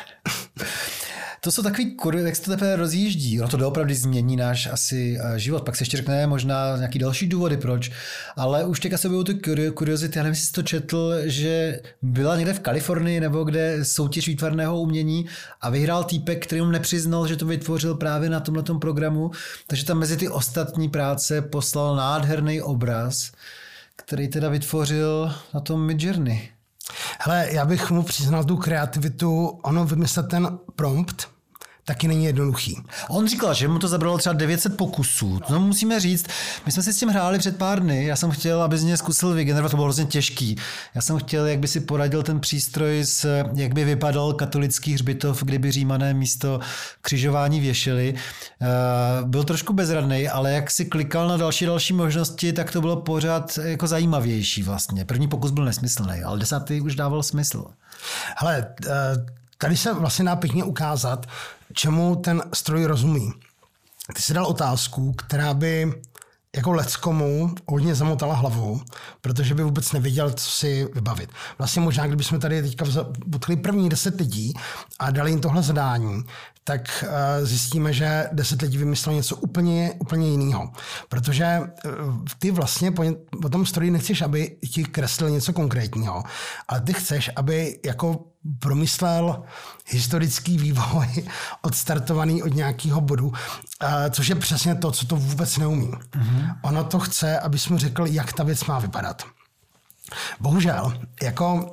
To jsou takový, jak se to teprve rozjíždí. Ono to doopravdy změní náš asi život. Pak se ještě řekne možná nějaký další důvody, proč. Ale už teďka se objevují ty kuriozity. Já nevím, jestli jsi to četl, že byla někde v Kalifornii nebo kde soutěž výtvarného umění a vyhrál týpek, který mu nepřiznal, že to vytvořil právě na tomhletom programu. Takže tam mezi ty ostatní práce poslal nádherný obraz, který teda vytvořil na tom Midjourney. Hele, já bych mu přiznal tu kreativitu, ono vymyslet ten prompt taky není jednoduchý. On říkal, že mu to zabralo třeba devět set pokusů. No musíme říct, my jsme si s tím hráli před pár dny, já jsem chtěl, aby z něj zkusil vygenerovat, to bylo hrozně těžký. Já jsem chtěl, jak by si poradil ten přístroj, s, jak by vypadal katolický hřbitov, kdyby Římané místo křižování věšeli. Uh, byl trošku bezradný, ale jak si klikal na další další možnosti, tak to bylo pořád jako zajímavější vlastně. První pokus byl nesmyslný, ale desátý už dával smysl. Hele, tady se vlastně dá pěkně ukázat, čemu ten stroj rozumí. Ty jsi dal otázku, která by jako leckomu hodně zamotala hlavu, protože by vůbec nevěděl, co si vybavit. Vlastně možná, kdybychom tady teďka potkali první deset lidí a dali jim tohle zadání, tak zjistíme, že deset lidí vymyslelo něco úplně, úplně jiného. Protože ty vlastně po, po tom stroji nechceš, aby ti kreslil něco konkrétního, ale ty chceš, aby jako promyslel historický vývoj odstartovaný od nějakého bodu, což je přesně to, co to vůbec neumí. Mm-hmm. Ono to chce, aby jsme řekl, jak ta věc má vypadat. Bohužel, jako...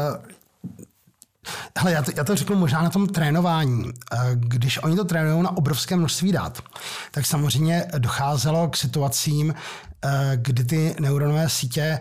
Hele, já to, já to řeknu možná na tom trénování. Když oni to trénují na obrovské množství dat, tak samozřejmě docházelo k situacím, kdy ty neuronové sítě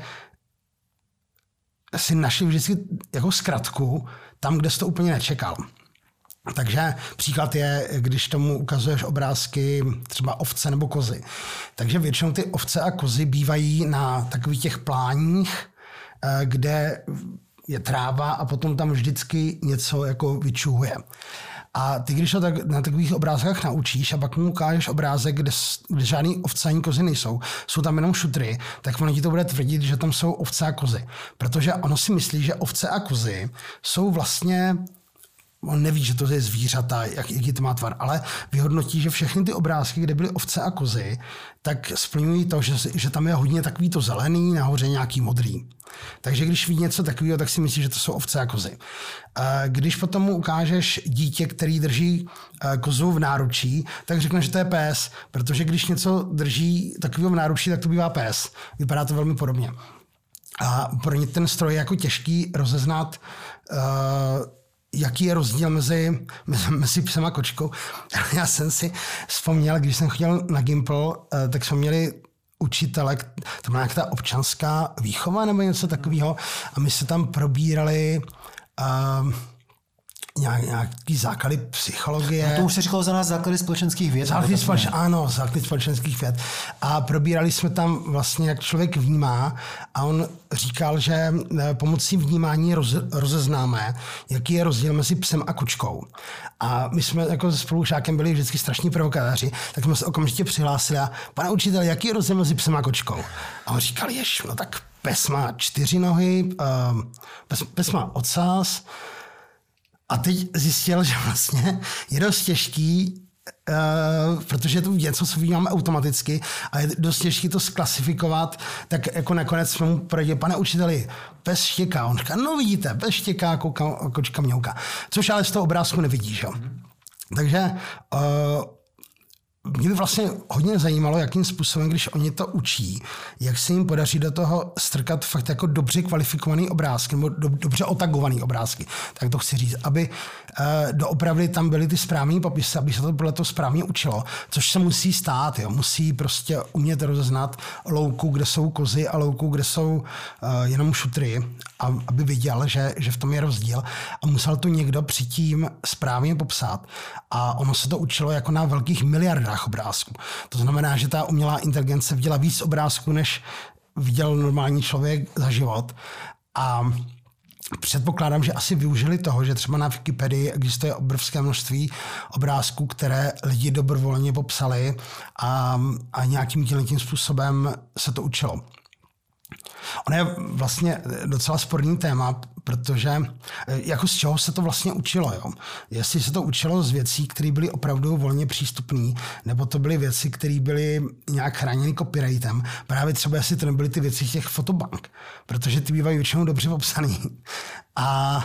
si našli vždycky jako zkratku tam, kde jsi to úplně nečekal. Takže příklad je, když tomu ukazuješ obrázky třeba ovce nebo kozy. Takže většinou ty ovce a kozy bývají na takových těch pláních, kde je tráva a potom tam vždycky něco jako vyčuhuje. A ty, když to tak, na takových obrázkách naučíš a pak mu ukážeš obrázek, kde, kde žádný ovce ani kozy nejsou, jsou tam jenom šutry, tak ono ti to bude tvrdit, že tam jsou ovce a kozy. Protože ono si myslí, že ovce a kozy jsou vlastně... On neví, že to je zvířata, jak, jaký to má tvar, ale vyhodnotí, že všechny ty obrázky, kde byly ovce a kozy, tak splňují to, že, že tam je hodně takový to zelený, nahoře nějaký modrý. Takže když vidí něco takového, tak si myslí, že to jsou ovce a kozy. Když potom mu ukážeš dítě, který drží kozu v náručí, tak řekne, že to je pes, protože když něco drží takového v náručí, tak to bývá pes. Vypadá to velmi podobně. A pro ně ten stroj je jako těžký rozeznat, jaký je rozdíl mezi, mezi, mezi psem a kočkou. Já jsem si vzpomněl, když jsem chodil na Gimpl, tak jsme měli učitele, to byla nějaká ta občanská výchova nebo něco takového a my se tam probírali uh, nějak, nějaký základy psychologie. No to už se říkalo za nás základy společenských věd. Základy společ, ano, základy společenských věd. A probírali jsme tam vlastně, jak člověk vnímá a on říkal, že pomocí vnímání roz, rozeznáme, jaký je rozdíl mezi psem a kočkou. A my jsme jako se spolužákem byli vždycky strašní provokatéři, tak jsme se okamžitě přihlásili a pane učitel, jaký je rozdíl mezi psem a kočkou? A on říkal, jež, no tak pes má čtyři nohy, uh, pes, pes má ocas. A teď zjistil, že vlastně je dost těžký, uh, protože je to něco, co vnímáme automaticky a je dost těžký to zklasifikovat, tak jako nakonec jsme mu poradili, pane učiteli, pes štěká. On říká, no vidíte, pes štěká, koka, kočka mňouká. Což ale z toho obrázku nevidíš. Jo? Takže uh, mě by vlastně hodně zajímalo, jakým způsobem, když oni to učí, jak se jim podaří do toho strkat fakt jako dobře kvalifikovaný obrázky, nebo do, dobře otagovaný obrázky, tak to chci říct, aby uh, doopravdy tam byly ty správné popisy, aby se to podle toho správně učilo, což se musí stát, jo. Musí prostě umět rozeznat louku, kde jsou kozy a louku, kde jsou uh, jenom šutry, a, aby viděl, že, že v tom je rozdíl a musel to někdo předtím správně popsat a ono se to učilo jako na velkých miliardách obrázků. To znamená, že ta umělá inteligence viděla víc obrázků, než viděl normální člověk za život. A předpokládám, že asi využili toho, že třeba na Wikipedii existuje obrovské množství obrázků, které lidi dobrovolně popsali a, a nějakým tím způsobem se to učilo. Ono je vlastně docela sporný téma, protože jako z čeho se to vlastně učilo. Jo? Jestli se to učilo z věcí, které byly opravdu volně přístupné, nebo to byly věci, které byly nějak chráněny copyrightem. Právě třeba jestli to nebyly ty věci těch fotobank, protože ty bývají většinou dobře popsaný. A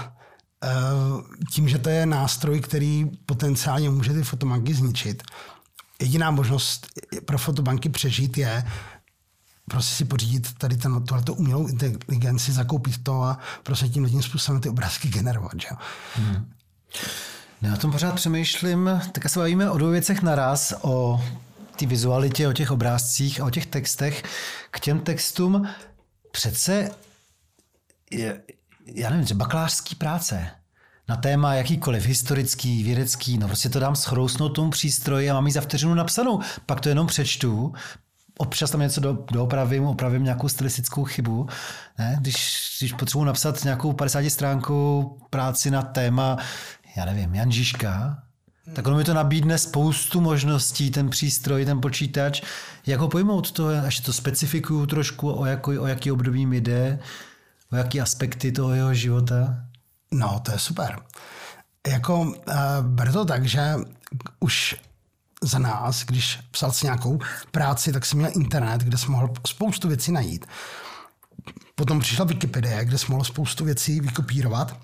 tím, že to je nástroj, který potenciálně může ty fotobanky zničit, jediná možnost pro fotobanky přežít je prostě si pořídit tady ten, tohleto umělou inteligenci, zakoupit to a prostě tím tím způsobem ty obrázky generovat. Že? Hmm. Já o tom pořád přemýšlím, tak se bavíme o dvou věcech naraz, o té vizualitě, o těch obrázcích a o těch textech. K těm textům přece je, já nevím, že bakalářský práce na téma jakýkoliv, historický, vědecký, no prostě to dám schrousnout tomu přístroji a mám ji za vteřinu napsanou, pak to jenom přečtu, občas tam něco do, doopravím, opravím nějakou stylistickou chybu. Ne? Když, když potřebuji napsat nějakou padesátistránkovou práci na téma, já nevím, Jan Žižka, Tak ono mi to nabídne spoustu možností, ten přístroj, ten počítač. Jak ho pojmout to, až to specifikuju trošku, o, jako, o jaký období mi jde, o jaký aspekty toho jeho života? No, to je super. Jako uh, ber to tak, že už za nás, když psal si nějakou práci, tak jsem měl internet, kde jsem mohl spoustu věcí najít. Potom přišla Wikipedie, kde jsem mohl spoustu věcí vykopírovat.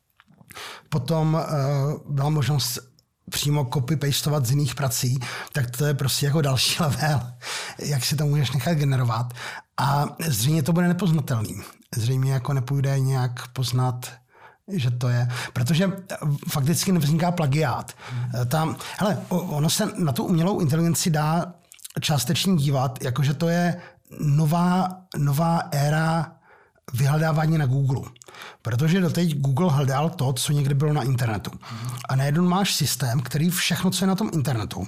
Potom uh, byla možnost přímo copy-pastovat z jiných prací, tak to je prostě jako další level, jak si to můžeš nechat generovat. A zřejmě to bude nepoznatelný. Zřejmě jako nepůjde nějak poznat, že to je, protože fakticky nevzniká plagiát. Tam, hele, ono se na tu umělou inteligenci dá částečně dívat, jakože to je nová, nová éra vyhledávání na Google. Protože doteď Google hledal to, co někdy bylo na internetu. A najednou máš systém, který všechno, co je na tom internetu,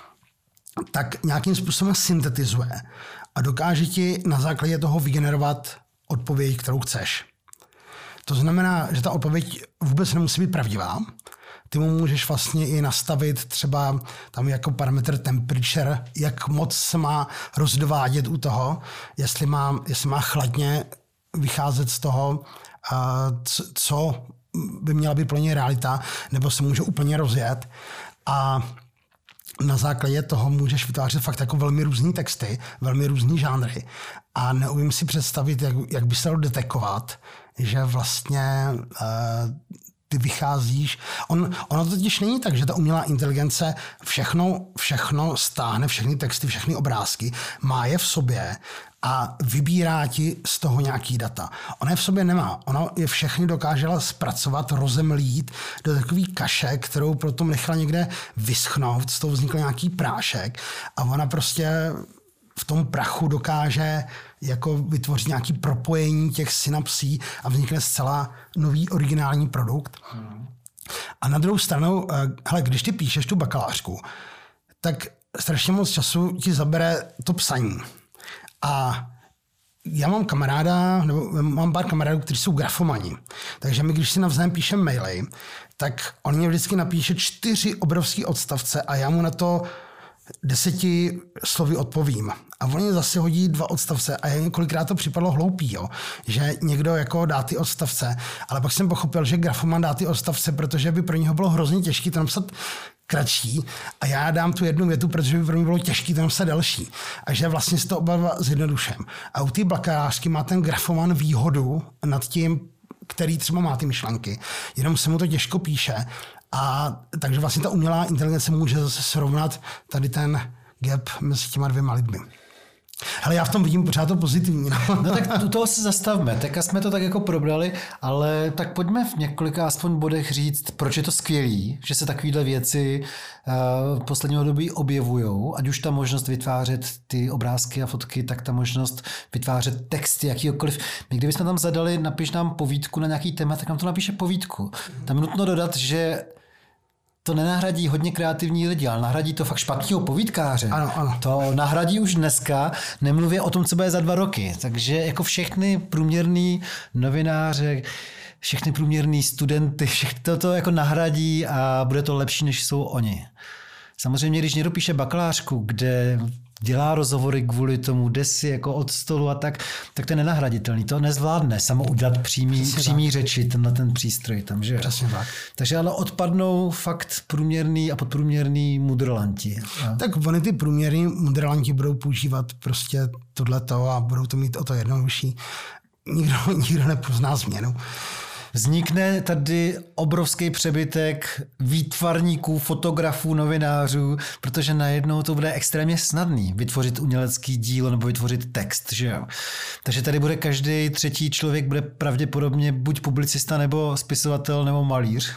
tak nějakým způsobem syntetizuje a dokáže ti na základě toho vygenerovat odpověď, kterou chceš. To znamená, že ta odpověď vůbec nemusí být pravdivá. Ty mu můžeš vlastně i nastavit třeba tam jako parametr temperature, jak moc se má rozdovádět u toho, jestli má, jestli má chladně vycházet z toho, co by měla být pro ně realita, nebo se může úplně rozjet. A na základě toho můžeš vytvářet fakt jako velmi různý texty, velmi různý žánry. A neumím si představit, jak, jak by se dalo detekovat, že vlastně uh, ty vycházíš. On, ono totiž není tak, že ta umělá inteligence všechno, všechno stáhne, všechny texty, všechny obrázky, má je v sobě a vybírá ti z toho nějaký data. Ona je v sobě nemá. Ona je všechny dokážela zpracovat, rozemlít do takový kaše, kterou potom nechala někde vyschnout, z toho vznikl nějaký prášek a ona prostě v tom prachu dokáže jako vytvořit nějaké propojení těch synapsí a vznikne zcela nový originální produkt. Hmm. A na druhou stranu, hele, když ty píšeš tu bakalářku, tak strašně moc času ti zabere to psaní. A já mám kamaráda, nebo mám pár kamarádů, kteří jsou grafomani. Takže my, když si navzájem píšeme maily, tak on mě vždycky napíše čtyři obrovský odstavce a já mu na to deseti slovy odpovím. A oni zase hodí dva odstavce a je několikrát to připadlo hloupý, jo? Že někdo jako dá ty odstavce, ale pak jsem pochopil, že grafoman dá ty odstavce, protože by pro něho bylo hrozně těžké to napsat kratší a já dám tu jednu větu, protože by pro mě bylo těžké to napsat delší. A že vlastně si to oba dva zjednoduším. A u té bakalářky má ten grafoman výhodu nad tím, který třeba má ty myšlenky. Jenom se mu to těžko píše. A takže vlastně ta umělá inteligence může zase srovnat tady ten gap mezi těma dvěma lidmi. Ale já v tom vidím pořád to pozitivní. No, no tak u toho se zastavme. Teďka jsme to tak jako probrali, ale tak pojďme v několika aspoň bodech říct, proč je to skvělý, že se takovéhle věci uh, v posledního době objevujou, ať už ta možnost vytvářet ty obrázky a fotky, tak ta možnost vytvářet texty, jakýkoliv. My kdybychom tam zadali, napiš nám povídku na nějaký téma, tak nám to napíše povídku. Tam je nutno dodat, že to nenahradí hodně kreativní lidi, ale nahradí to fakt špatného povídkáře. Ano, ano. To nahradí už dneska, nemluvě o tom, co bude za dva roky. Takže jako všechny průměrný novináře, všechny průměrný studenty, všechno to, to jako nahradí a bude to lepší, než jsou oni. Samozřejmě, když někdo píše bakalářku, kde dělá rozhovory kvůli tomu, jde si jako od stolu a tak, tak to je nenahraditelný. To nezvládne samo udělat přímý, přímý řeči ten, na ten přístroj. Tam, že? Přesně tak. Takže ale odpadnou fakt průměrný a podprůměrný mudrlanti. Tak oni ty průměrní mudrlanti budou používat prostě tohleto a budou to mít o to jednodušší. Nikdo, nikdo nepozná změnu. Vznikne tady obrovský přebytek výtvarníků, fotografů, novinářů, protože najednou to bude extrémně snadný vytvořit umělecký dílo nebo vytvořit text. Že jo? Takže tady bude každý třetí člověk bude pravděpodobně buď publicista nebo spisovatel nebo malíř.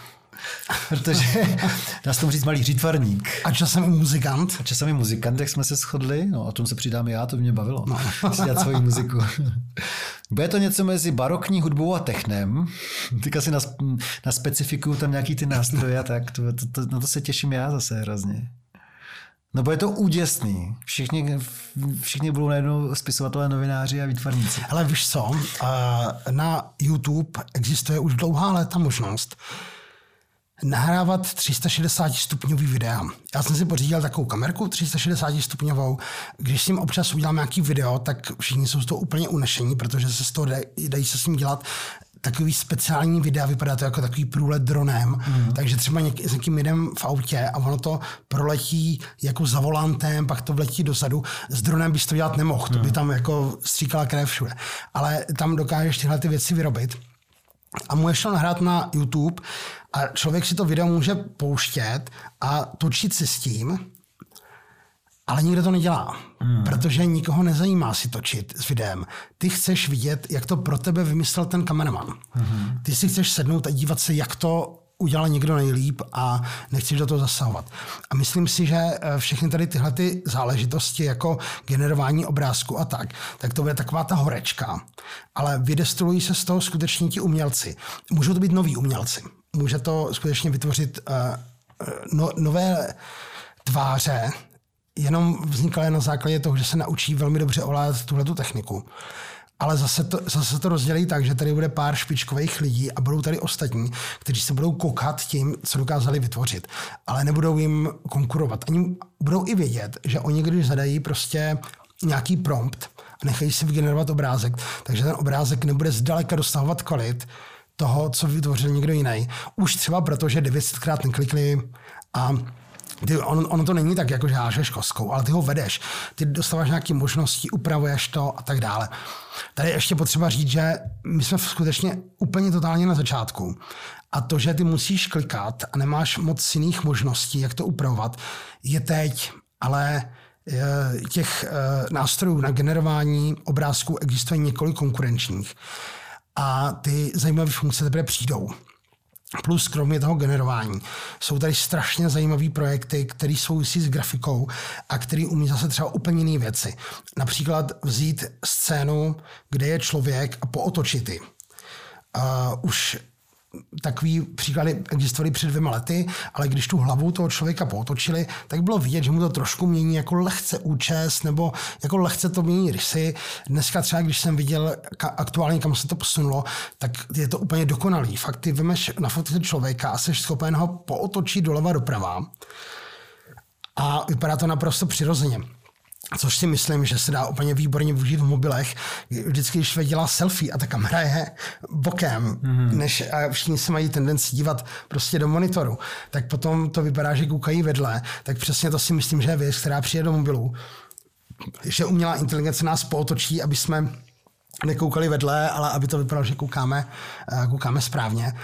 Protože dá se tomu říct malý výtvarník. A časem i muzikant. A časem i muzikant, jak jsme se shodli. No a tom se přidám já, to mě bavilo. No. Si dělat svoji muziku. Bude to něco mezi barokní hudbou a technem. Teďka si naspecifikuju tam nějaký ty nástroje, tak to, to, to, na to se těším já zase hrozně. No bude to úděsný. Všichni, všichni budou najednou spisovatelé, novináři a výtvarníci. Ale víš co, na YouTube existuje už dlouhá léta možnost nahrávat tři sta šedesát stupňový videa. Já jsem si pořídil takovou kamerku tři sta šedesát stupňovou. Když s tím občas udělám nějaký video, tak všichni jsou z toho úplně unešení, protože se z toho dají, dají se s tím dělat takový speciální videa, vypadá to jako takový průlet dronem, mm. takže třeba něk, s někým jedem v autě a ono to proletí jako za volantem, pak to vletí dozadu. S dronem bys to dělat nemohl, mm. to by tam jako stříkala krev všude. Ale tam dokážeš tyhle ty věci vyrobit. A můžeš to nahrát na YouTube a člověk si to video může pouštět a točit si s tím, ale nikdo to nedělá, hmm. protože nikoho nezajímá si točit s videem. Ty chceš vidět, jak to pro tebe vymyslel ten kameraman. Hmm. Ty si chceš sednout a dívat se, jak to udělal někdo nejlíp a nechceš do toho zasahovat. A myslím si, že všechny tady tyhle ty záležitosti jako generování obrázku a tak, tak to bude taková ta horečka. Ale vydestruují se z toho skutečně ti umělci. Můžou to být noví umělci. Může to skutečně vytvořit uh, no, nové tváře, jenom vznikla na základě toho, že se naučí velmi dobře ovládat tuhletu techniku. Ale zase to, zase to rozdělí tak, že tady bude pár špičkových lidí a budou tady ostatní, kteří se budou koukat tím, co dokázali vytvořit. Ale nebudou jim konkurovat. Ani budou i vědět, že oni, když zadají prostě nějaký prompt a nechají si vygenerovat obrázek, takže ten obrázek nebude zdaleka dostahovat kvalit toho, co vytvořil někdo jiný. Už třeba proto, že devět set krát neklikli a Ty, on, ono to není tak, jako že hážeš kostkou, ale ty ho vedeš. Ty dostáváš nějaké možnosti, upravuješ to a tak dále. Tady je ještě potřeba říct, že my jsme skutečně úplně totálně na začátku. A to, že ty musíš klikat a nemáš moc jiných možností, jak to upravovat, je teď, ale těch nástrojů na generování obrázků existuje několik konkurenčních. A ty zajímavé funkce teprve přijdou. Plus kromě toho generování jsou tady strašně zajímavé projekty, které souvisí s grafikou a které umí zase třeba úplně jiné věci. Například vzít scénu, kde je člověk a pootočit ji. Uh, už takový příklady existovaly před dvěma lety, ale když tu hlavu toho člověka pootočili, tak bylo vidět, že mu to trošku mění jako lehce účes nebo jako lehce to mění rysy. Dneska třeba, když jsem viděl ka- aktuálně, kam se to posunulo, tak je to úplně dokonalý. Fakt ty vemeš na fotce člověka a jsi schopen ho pootočit doleva doprava a vypadá to naprosto přirozeně. Což si myslím, že se dá úplně výborně využít v mobilech. Vždycky, když člověk dělá selfie a ta kamera je bokem, mm-hmm. než a všichni se mají tendenci dívat prostě do monitoru, tak potom to vypadá, že koukají vedle. Tak přesně to si myslím, že je věc, která přijde do mobilu. Že umělá inteligence nás pootočí, aby jsme nekoukali vedle, ale aby to vypadalo, že koukáme, koukáme správně.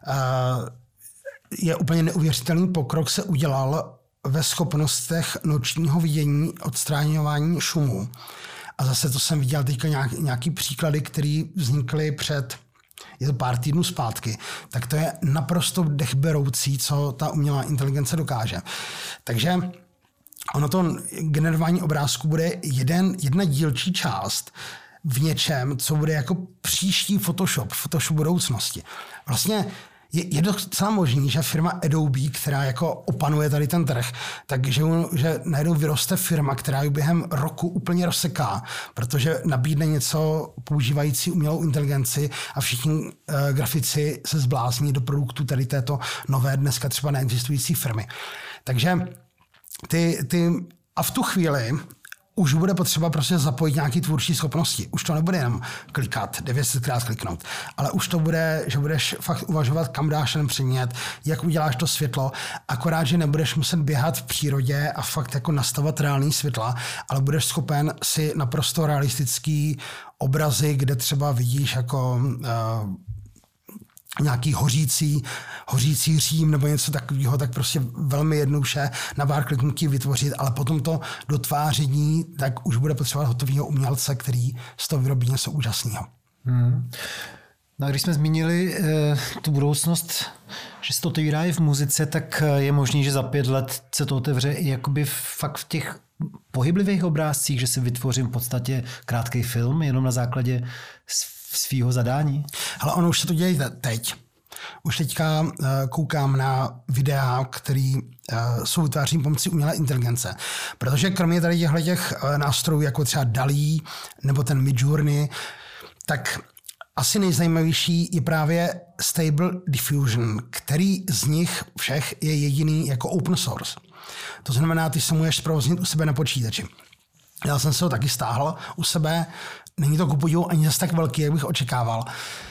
Je úplně neuvěřitelný pokrok se udělal ve schopnostech nočního vidění, odstráňování šumu. A zase to jsem viděl teďka nějak, nějaký příklady, které vznikly před je to pár týdnů zpátky, tak to je naprosto dechberoucí, co ta umělá inteligence dokáže. Takže ono to generování obrázku bude jeden, jedna dílčí část v něčem, co bude jako příští Photoshop, Photoshop budoucnosti. Vlastně Je, je docela možný, že firma Adobe, která jako opanuje tady ten trh, takže že najednou vyroste firma, která ji během roku úplně rozseká, protože nabídne něco používající umělou inteligenci a všichni uh, grafici se zblázní do produktu tady této nové, dneska třeba neexistující firmy. Takže ty, ty a v tu chvíli už bude potřeba prostě zapojit nějaké tvůrčí schopnosti. Už to nebude jenom klikat, devět set krát kliknout, ale už to bude, že budeš fakt uvažovat, kam dáš ten předmět, jak uděláš to světlo, akorát, že nebudeš muset běhat v přírodě a fakt jako nastavovat reálný světla, ale budeš schopen si naprosto realistický obrazy, kde třeba vidíš jako uh, nějaký hořící, hořící Řím nebo něco takového, tak prostě velmi jednoduše na pár kliknutí vytvořit, ale potom to dotváření, tak už bude potřebovat hotového umělce, který z toho vyrobí něco úžasného. Hmm. No a když jsme zmínili eh, tu budoucnost, že se to otevírá i v muzice, tak je možný, že za pět let se to otevře i jakoby fakt v těch pohyblivých obrázcích, že si vytvořím v podstatě krátký film jenom na základě svýho zadání? Ale ono už se to děje teď. Už teďka uh, koukám na videa, které uh, jsou vytvářeny pomocí umělé inteligence. Protože kromě tady těchto těch uh, nástrojů, jako třeba D A L L-E nebo ten Midjourney, tak asi nejzajímavější je právě Stable Diffusion, který z nich všech je jediný jako open source. To znamená, ty se můžeš zprovoznit u sebe na počítači. Já jsem se ho taky stáhl u sebe, není to ku podivu ani zase tak velký, jak bych očekával.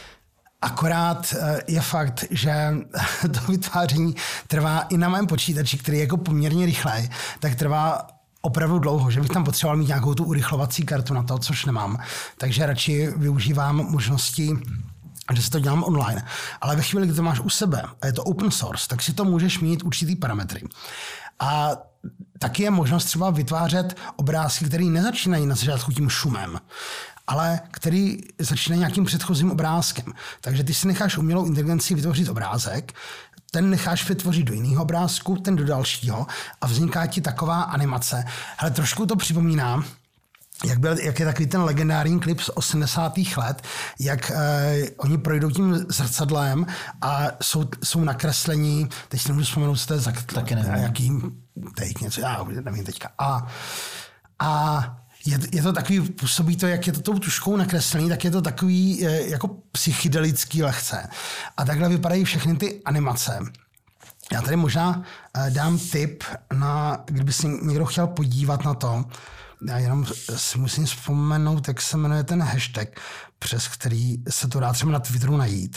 Akorát je fakt, že to vytváření trvá i na mém počítači, který je jako poměrně rychlej, tak trvá opravdu dlouho, že bych tam potřeboval mít nějakou tu urychlovací kartu na to, což nemám. Takže radši využívám možnosti, že si to dělám online. Ale ve chvíli, kdy to máš u sebe a je to open source, tak si to můžeš mít určitý parametry. A taky je možnost třeba vytvářet obrázky, které nezačínají na začátku tím šumem, ale který začíná nějakým předchozím obrázkem. Takže ty si necháš umělou inteligenci vytvořit obrázek, ten necháš vytvořit do jiného obrázku, ten do dalšího a vzniká ti taková animace. Hele, trošku to připomíná, jak, byl, jak je takový ten legendární klip z osmdesátých let, jak eh, oni projdou tím zrcadlem a jsou, jsou nakreslení, teď si nemůžu vzpomenout, co to je za taky nevím. Jaký, teď něco, já nevím teďka. A, a je, je to takový, působí to, jak je to tou tuškou nakreslený, tak je to takový eh, jako psychedelický lehce. A takhle vypadají všechny ty animace. Já tady možná eh, dám tip, na, kdyby si někdo chtěl podívat na to, já jenom si musím vzpomenout, jak se jmenuje ten hashtag, přes který se to dá třeba na Twitteru najít.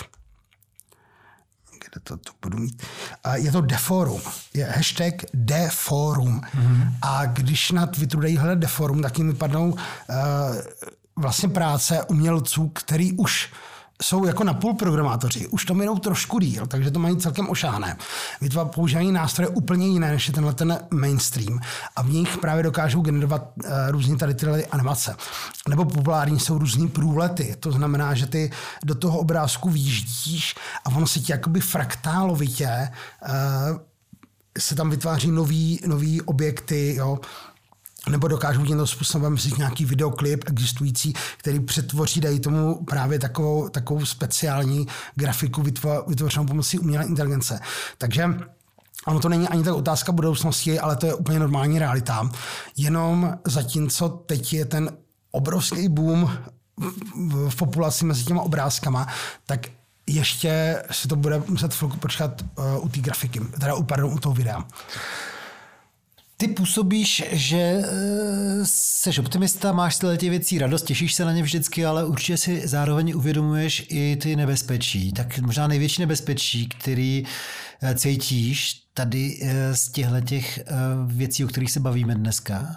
Kde to, to budu mít? Je to Deforum. Je hashtag Deforum. Mm-hmm. A když na Twitteru dají hledat Deforum, tak jim vypadnou uh, vlastně práce umělců, který už jsou jako napůl programátoři, už to minou trošku díl, takže to mají celkem ošáhné. Vytva používají nástroje úplně jiné, než je tenhle ten mainstream a v nich právě dokážou generovat uh, různý tady tyhle animace. Nebo populární jsou různý průlety, to znamená, že ty do toho obrázku výjíždíš a ono se ti jakoby fraktálovitě uh, se tam vytváří nový, nový objekty, jo, nebo dokážou tímto způsobem vzít nějaký videoklip existující, který přetvoří, dají tomu právě takovou, takovou speciální grafiku vytvořenou pomocí umělé inteligence. Takže ono to není ani tak otázka budoucnosti, ale to je úplně normální realita. Jenom zatímco teď je ten obrovský boom v populaci mezi těma obrázkama, tak ještě si to bude muset chvilku počkat uh, u té grafiky, teda pardon, u toho videa. Ty působíš, že seš optimista, máš tyhle ty věcí radost, těšíš se na ně vždycky, ale určitě si zároveň uvědomuješ i ty nebezpečí. Tak možná největší nebezpečí, který cítíš tady z těchto těch věcí, o kterých se bavíme dneska?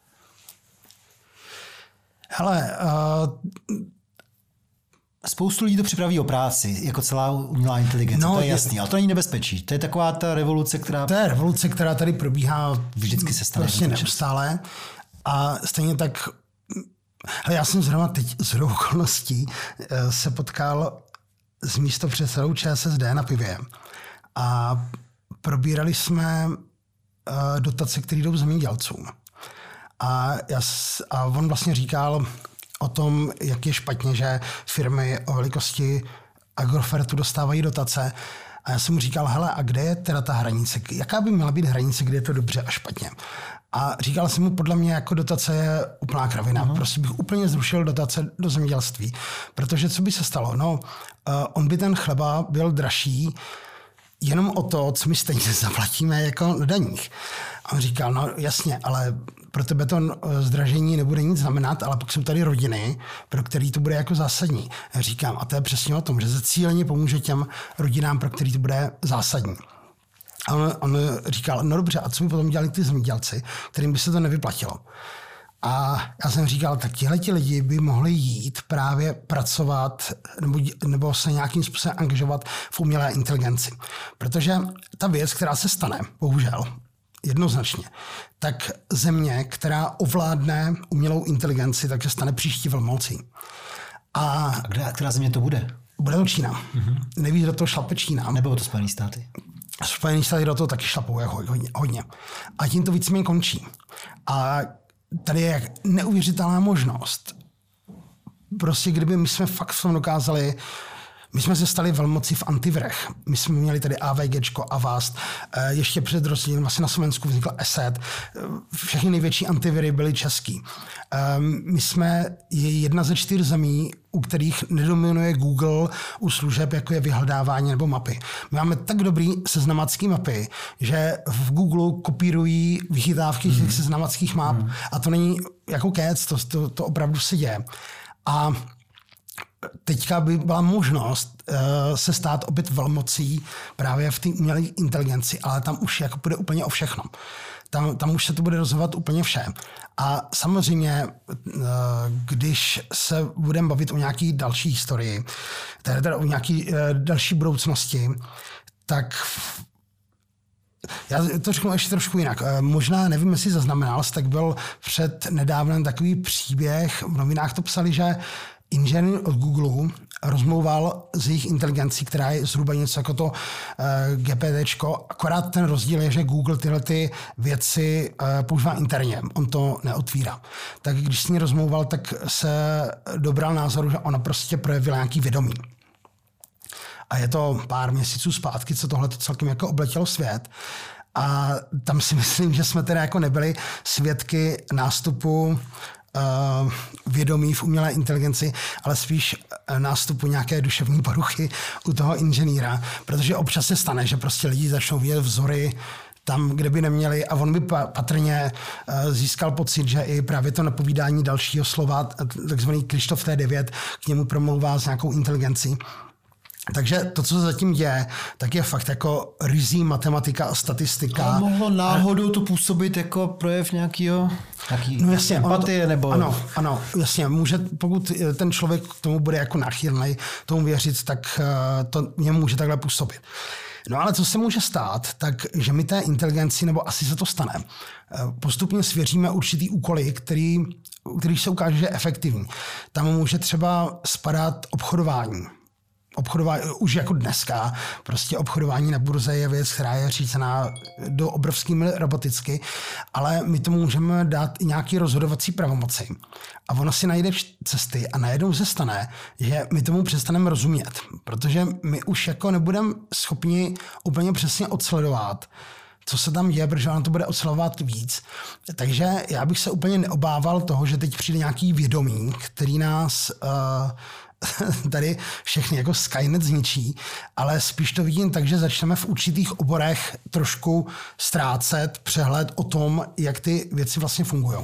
Hele, uh... spoustu lidí to připraví o práci, jako celá umělá inteligence, no, to je jasný, ale to není nebezpečí. To je taková ta revoluce, která... To je revoluce, která tady probíhá vždycky se stane. Prostě neustále. A stejně tak... Hele, já jsem zrovna teď z okolností se potkal s místopředsedou ČSSD na pivě a probírali jsme dotace, které jdou zemědělcům. A, já, a on vlastně říkal o tom, jak je špatně, že firmy o velikosti Agrofertu dostávají dotace. A já jsem mu říkal, hele, a kde je teda ta hranice? Jaká by měla být hranice, kde je to dobře a špatně? A říkal jsem mu, podle mě jako dotace je úplná kravina. Uh-huh. Prostě bych úplně zrušil dotace do zemědělství. Protože co by se stalo? No, uh, on by ten chleba byl dražší jenom o to, co my stejně zaplatíme jako na daních. A on říkal, no jasně, ale pro tebe to zdražení nebude nic znamenat, ale pak jsou tady rodiny, pro který to bude jako zásadní. Já říkám, a to je přesně o tom, že zacíleně pomůže těm rodinám, pro který to bude zásadní. A on, on říkal, no dobře, a co by potom dělali ty zemědělci, kterým by se to nevyplatilo? A já jsem říkal, tak tihleti lidi by mohli jít právě pracovat nebo, nebo se nějakým způsobem angažovat v umělé inteligenci. Protože ta věc, která se stane, bohužel, jednoznačně, tak země, která ovládne umělou inteligenci, tak se stane příští velmocí. A, a kde, která země to bude? Bude to Čína. Mm-hmm. Nevíc, do toho šlape Čína. Nebo to Spojené státy? Spojené státy do toho taky šlapou jako hodně, hodně. A tím to víceméně končí. A tady je neuvěřitelná možnost. Prostě kdyby my jsme fakt v tom dokázali My jsme se stali velmocí v antivirech. My jsme měli tady AVGčko, Avast, ještě před rozdělením vlastně na Slovensku vznikl Asset. Všechny největší antiviry byly český. My jsme jedna ze čtyř zemí, u kterých nedominuje Google u služeb, jako je vyhledávání nebo mapy. My máme tak dobrý seznamacký mapy, že v Google kopírují vychytávky těch mm. seznamackých map mm. a to není jako kec, to, to, to opravdu se děje. A teďka by byla možnost uh, se stát opět velmocí právě v té umělé inteligenci, ale tam už jako bude úplně o všechno. Tam, tam už se to bude rozhodovat úplně vše. A samozřejmě, uh, když se budeme bavit o nějaké další historii, teda, teda o nějaké uh, další budoucnosti, tak já to řeknu ještě trošku jinak. Možná, nevím, jestli zaznamenal, tak byl před nedávnem takový příběh, v novinách to psali, že inženýr od Google rozmlouval s jejich inteligencí, která je zhruba něco jako to uh, GPTčko, akorát ten rozdíl je, že Google tyhle ty věci uh, používá interně, on to neotvírá. Tak když s ní rozmlouval, tak se dobral názoru, že ona prostě projevila nějaký vědomí. A je to pár měsíců zpátky, co tohle celkem jako obletělo svět. A tam si myslím, že jsme teda jako nebyli svědky nástupu Uh, vědomí v umělé inteligenci, ale spíš uh, nástupu nějaké duševní poruchy u toho inženýra, protože občas se stane, že prostě lidi začnou vidět vzory tam, kde by neměli a on by patrně uh, získal pocit, že i právě to napovídání dalšího slova, takzvaný Krištof T devět, k němu promlouvá s nějakou inteligencí. Takže to, co se zatím děje, tak je fakt jako rizí matematika a statistika. Ale mohlo náhodou to působit jako projev nějakého nějaký no jasně, empatie, to, nebo... Ano, ano, jasně. Může, pokud ten člověk k tomu bude jako náchylnej tomu věřit, tak to němu může takhle působit. No ale co se může stát, tak že my té inteligenci, nebo asi se to stane, postupně svěříme určitý úkoly, který, který se ukáže, že je efektivní. Tam může třeba spadat obchodování. Obchodování, už jako dneska, prostě obchodování na burze je věc, která je řízená do obrovský míry roboticky, ale my tomu můžeme dát i nějaký rozhodovací pravomoci. A ono si najde cesty a najednou se stane, že my tomu přestaneme rozumět, protože my už jako nebudeme schopni úplně přesně odsledovat, co se tam děje, protože ono to bude odsledovat víc. Takže já bych se úplně neobával toho, že teď přijde nějaký vědomí, který nás... Uh, tady všechny jako Skynet zničí, ale spíš to vidím tak, že začneme v určitých oborech trošku ztrácet přehled o tom, jak ty věci vlastně fungují.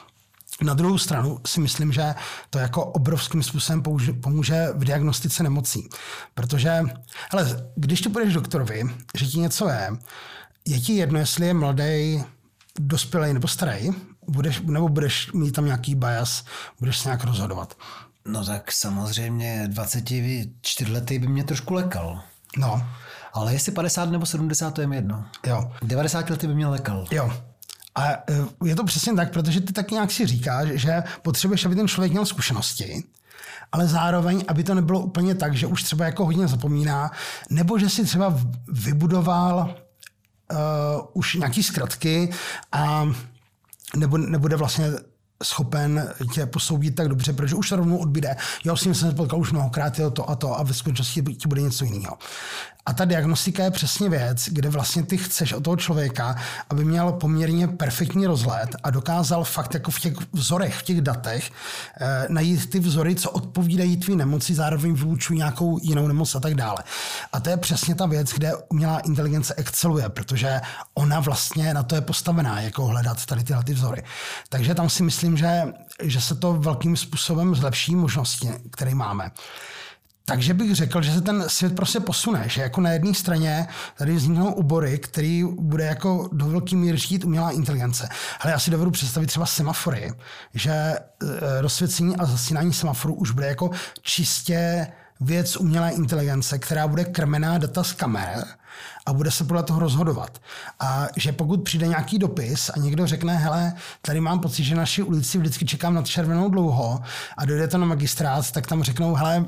Na druhou stranu si myslím, že to jako obrovským způsobem pomůže v diagnostice nemocí. Protože, hele, když tu půjdeš doktorovi, že ti něco je, je ti jedno, jestli je mladý, dospělý nebo starý, budeš, nebo budeš mít tam nějaký bias, budeš se nějak rozhodovat. No tak samozřejmě dvacetičtyřletý by mě trošku lekal. No. Ale jestli padesát nebo sedmdesát, to je mi jedno. Jo. devadesátiletý by mě lekal. Jo. A je to přesně tak, protože ty tak nějak si říkáš, že potřebuješ, aby ten člověk měl zkušenosti, ale zároveň, aby to nebylo úplně tak, že už třeba jako hodně zapomíná, nebo že si třeba vybudoval uh, už nějaký zkratky a nebo, nebude vlastně schopen tě posoudit tak dobře, protože už se rovnou odbyde. Já s ním jsem se potkal už mnohokrát, je to a to a ve skutečnosti ti bude něco jiného. A ta diagnostika je přesně věc, kde vlastně ty chceš od toho člověka, aby měl poměrně perfektní rozhled a dokázal fakt jako v těch vzorech, v těch datech eh, najít ty vzory, co odpovídají tvý nemoci, zároveň vylučují nějakou jinou nemoc a tak dále. A to je přesně ta věc, kde umělá inteligence exceluje, protože ona vlastně na to je postavená, jako hledat tady tyhle ty vzory. Takže tam si myslím, že, že se to velkým způsobem zlepší možnosti, které máme. Takže bych řekl, že se ten svět prostě posune, že jako na jedné straně tady vzniknou obory, který bude jako do velký míry řídit umělá inteligence. Ale já si dovedu představit třeba semafory, že rozsvěcení a zasínání semaforů už bude jako čistě věc umělé inteligence, která bude krmená data z kamer a bude se podle toho rozhodovat. A že pokud přijde nějaký dopis a někdo řekne, hele, tady mám pocit, že naši ulici vždycky čekám na červenou dlouho a dojde to na magistrát, tak tam řeknou, hele,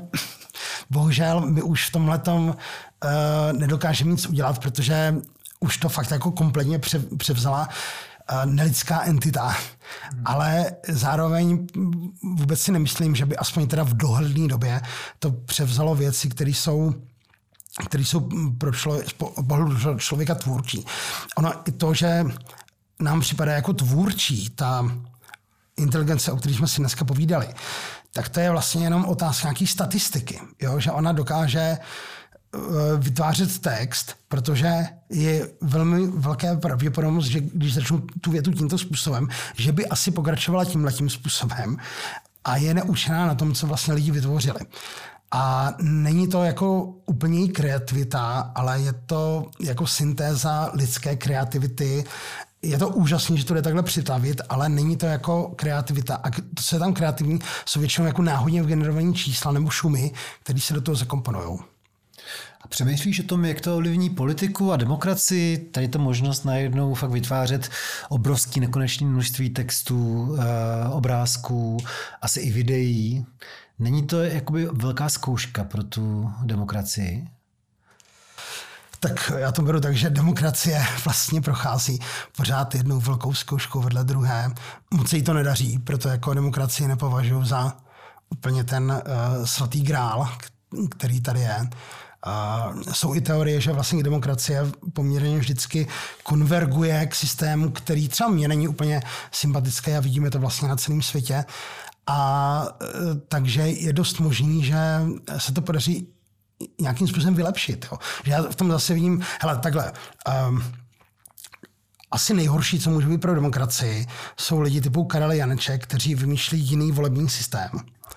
bohužel my už v tomhletom uh, nedokážeme nic udělat, protože už to fakt jako kompletně převzala nelidská entita. Hmm. Ale zároveň vůbec si nemyslím, že by aspoň teda v dohledné době to převzalo věci, které jsou které jsou pro pohledu člověka tvůrčí. Ono i to, že nám připadá jako tvůrčí ta inteligence, o které jsme si dneska povídali, tak to je vlastně jenom otázka nějaký statistiky. Jo? Že ona dokáže vytvářet text, protože je velmi velké pravděpodobnost, že když začnu tu větu tímto způsobem, že by asi pokračovala tímhletím způsobem a je neučená na tom, co vlastně lidi vytvořili. A není to jako úplně její kreativita, ale je to jako syntéza lidské kreativity. Je to úžasné, že to jde takhle přitavit, ale není to jako kreativita. A to, co je tam kreativní, jsou většinou jako náhodně generované čísla nebo šumy, které se do toho zakomponujou. A přemýšlíš o tom, jak to ovlivní politiku a demokracii, tady to možnost najednou fakt vytvářet obrovský nekonečné množství textů, obrázků, asi i videí. Není to jakoby velká zkouška pro tu demokracii? Tak já to beru tak, že demokracie vlastně prochází pořád jednou velkou zkouškou vedle druhé. Moc se jí to nedaří, proto jako demokracii nepovažuji za úplně ten uh, svatý grál, který tady je. Uh, jsou i teorie, že vlastně demokracie poměrně vždycky konverguje k systému, který třeba mně není úplně sympatický a vidíme to vlastně na celém světě. A takže je dost možný, že se to podaří nějakým způsobem vylepšit. Jo. Že já v tom zase vidím, hele, takhle, um, asi nejhorší, co může být pro demokracii, jsou lidi typu Karel Janeček, kteří vymýšlí jiný volební systém.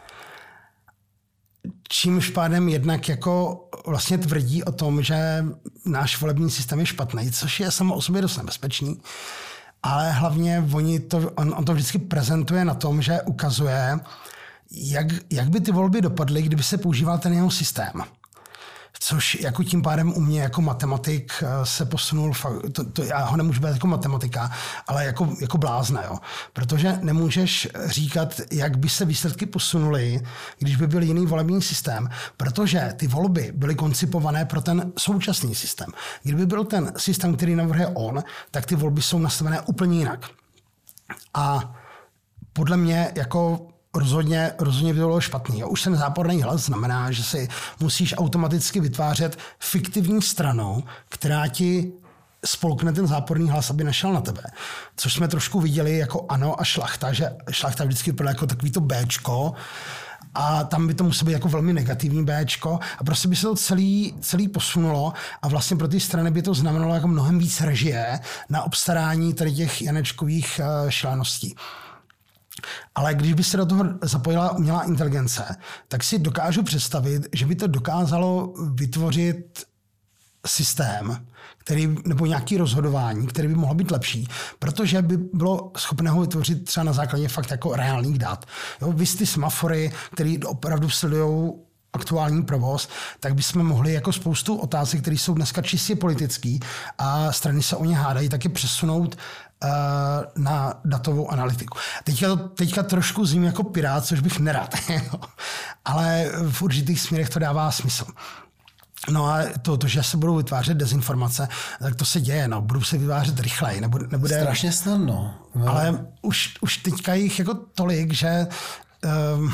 Čímž pádem jednak jako vlastně tvrdí o tom, že náš volební systém je špatný, což je samo o sobě dost nebezpečný. Ale hlavně oni to, on, on to vždycky prezentuje na tom, že ukazuje, jak, jak by ty volby dopadly, kdyby se používal ten jeho systém. Což jako tím pádem u mě jako matematik se posunul, to, to, já ho nemůžu být jako matematika, ale jako, jako blázna, jo. Protože nemůžeš říkat, jak by se výsledky posunuly, když by byl jiný volební systém, protože ty volby byly koncipované pro ten současný systém. Kdyby byl ten systém, který navrhuje on, tak ty volby jsou nastavené úplně jinak. A podle mě jako Rozhodně, rozhodně by to bylo špatný. Jo. Už ten záporný hlas znamená, že si musíš automaticky vytvářet fiktivní stranu, která ti spolkne ten záporný hlas, aby našel na tebe. Což jsme trošku viděli jako ANO a Šlachta, že Šlachta vždycky vypadá jako takový to béčko a tam by to muselo být jako velmi negativní béčko a prostě by se to celý, celý posunulo a vlastně pro ty strany by to znamenalo jako mnohem víc režie na obstarání tady těch janečkových uh, šíleností. Ale když by se do toho zapojila umělá inteligence, tak si dokážu představit, že by to dokázalo vytvořit systém, který, nebo nějaké rozhodování, které by mohlo být lepší, protože by bylo schopné ho vytvořit třeba na základě fakt jako reálných dat. Jo, vy ty semafory, které opravdu sledují aktuální provoz, tak bychom mohli jako spoustu otázek, které jsou dneska čistě politický a strany se o ně hádají, taky přesunout na datovou analytiku. Teďka, to, teďka trošku zním jako pirát, což bych nerad, ale v určitých směrech to dává smysl. No a to, to, že se budou vytvářet dezinformace, tak to se děje, no, budou se vytvářet rychleji. Nebude, nebude, strašně snadno. No. Ale už, už teďka jich jako tolik, že um,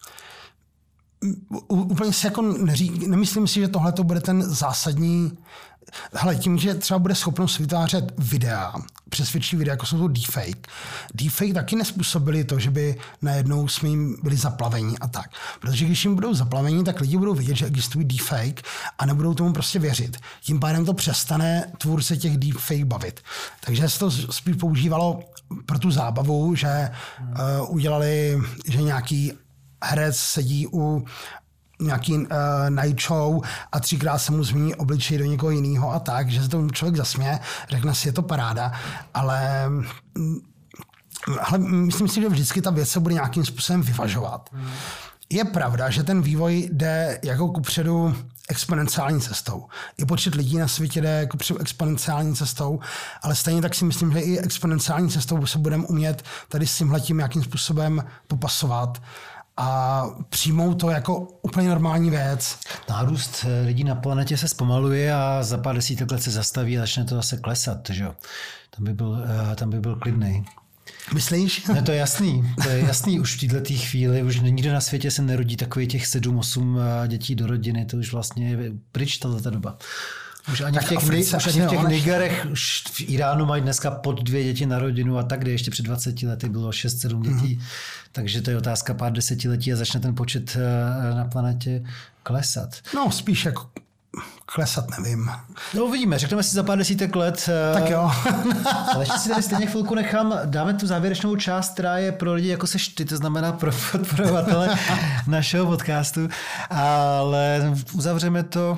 úplně si jako neří, nemyslím si, že tohle to bude ten zásadní. Hele, tím, že třeba bude schopnost vytvářet videa, přesvědčí videa, jako jsou to deepfake. Deepfake taky nespůsobili to, že by najednou jsme jim byli zaplavení a tak. Protože když jim budou zaplavení, tak lidi budou vidět, že existují deepfake a nebudou tomu prostě věřit. Tím pádem to přestane tvůrce těch deepfake bavit. Takže se to spíš používalo pro tu zábavu, že uh, udělali, že nějaký herec sedí u nějaký uh, night show a třikrát se mu změní obličej do někoho jiného a tak, že se tomu člověk zasměje, řekne si, je to paráda, ale, ale myslím si, že vždycky ta věc se bude nějakým způsobem vyvažovat. Hmm. Je pravda, že ten vývoj jde jako kupředu exponenciální cestou. I počet lidí na světě jde jako kupředu exponenciální cestou, ale stejně tak si myslím, že i exponenciální cestou se budeme umět tady s tímhletím nějakým způsobem popasovat. a přijmou to jako úplně normální věc. Nárůst lidí na planetě se zpomaluje a za pár desítek let se zastaví a začne to zase klesat. Že? Tam by byl, tam by byl klidnej. Myslíš? Ne, to je jasný. To je jasný už v této chvíli. Už nikde na světě se nerodí takový těch sedm, osm dětí do rodiny. To už vlastně je pryč tato doba. Už ani tak v těch, Africe, už ani v těch Nigerech, už v Iránu mají dneska pod dvě děti na rodinu a tak, kde ještě před dvaceti lety bylo šest sedm dětí. Mm-hmm. Takže to je otázka pár desetiletí a začne ten počet na planetě klesat. No, spíš jako klesat, nevím. No uvidíme, řekneme si za pár desítek let. Tak jo. Ale ještě si tady stejně chvilku nechám, dáme tu závěrečnou část, která je pro lidi jako seš ty, to znamená pro podporovatele našeho podcastu, ale uzavřeme to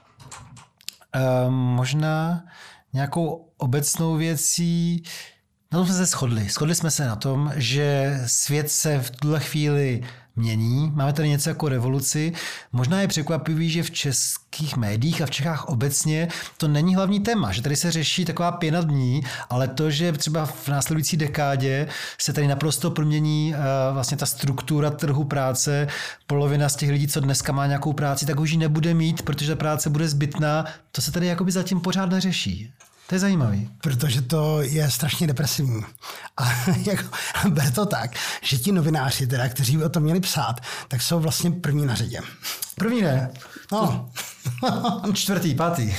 um, možná nějakou obecnou věcí. Na tom jsme se shodli. Shodli jsme se na tom, že svět se v tuhle chvíli mění. Máme tady něco jako revoluci. Možná je překvapivý, že v českých médiích a v Čechách obecně to není hlavní téma, že tady se řeší taková pěna dní, ale to, že třeba v následující dekádě se tady naprosto promění uh, vlastně ta struktura trhu práce. Polovina z těch lidí, co dneska má nějakou práci, tak už ji nebude mít, protože ta práce bude zbytná. To se tady jakoby zatím pořád neřeší. To je zajímavý. Protože to je strašně depresivní. A jako, ber to tak, že ti novináři, teda, kteří by o tom měli psát, tak jsou vlastně první na řadě. První ne. No. Čtvrtý, pátý.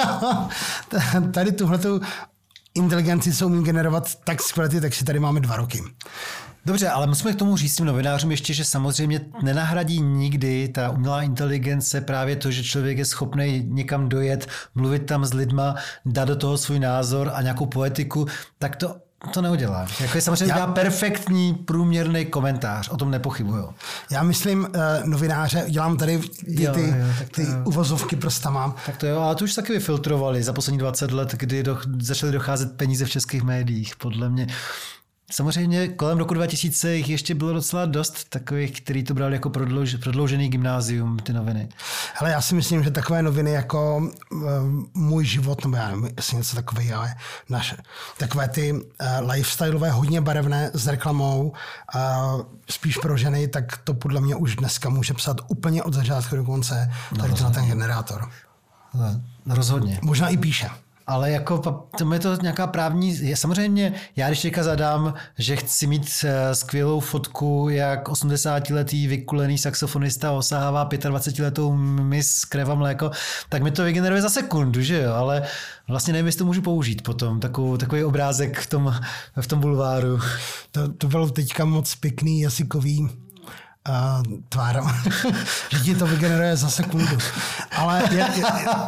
Tady tuhletu inteligenci, co umí generovat tak skvělé ty texty, tady máme dva roky. Dobře, ale musíme k tomu říct tím novinářům ještě, že samozřejmě nenahradí nikdy ta umělá inteligence právě to, že člověk je schopný někam dojet, mluvit tam s lidma, dát do toho svůj názor a nějakou poetiku, tak to to neudělá. Jako je samozřejmě Já... perfektní průměrný komentář, o tom nepochybuju. Já myslím, uh, novináře, dělám tady ty, jo, ty, jo, ty uvozovky prstama. Tak to jo, ale to už taky vyfiltrovali za poslední dvacet let, kdy do, začaly docházet peníze v českých médiích, podle mě. Samozřejmě kolem roku dva tisíce jich ještě bylo docela dost takových, který to brali jako prodlouž, prodloužený gymnázium, ty noviny. Hele, já si myslím, že takové noviny jako uh, Můj život, nebo já nevím, jestli něco takové, ale naše, takové ty uh, lifestyleové, hodně barevné s reklamou, uh, spíš pro ženy, tak to podle mě už dneska může psát úplně od začátku do konce tady no, na ten generátor. No, rozhodně. Možná i píše. Ale jako to je to nějaká právní... Samozřejmě já když teďka zadám, že chci mít skvělou fotku, jak osmdesátiletý vykulený saxofonista osahává dvacetiletou miss Krev a mléko, tak mi to vygeneruje za sekundu, že jo? Ale vlastně nevím, jestli to můžu použít potom, takový, takový obrázek v tom, v tom bulváru. To, to bylo teďka moc pěkný jazykový Uh, tvár, že ti to vygeneruje za sekundu. Ale je, je,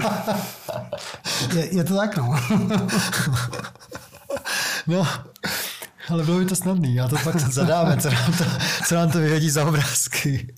je, je to tak, no. No, ale bylo by to snadný. Já to fakt zadáme, co nám to, co nám to vyhodí za obrázky.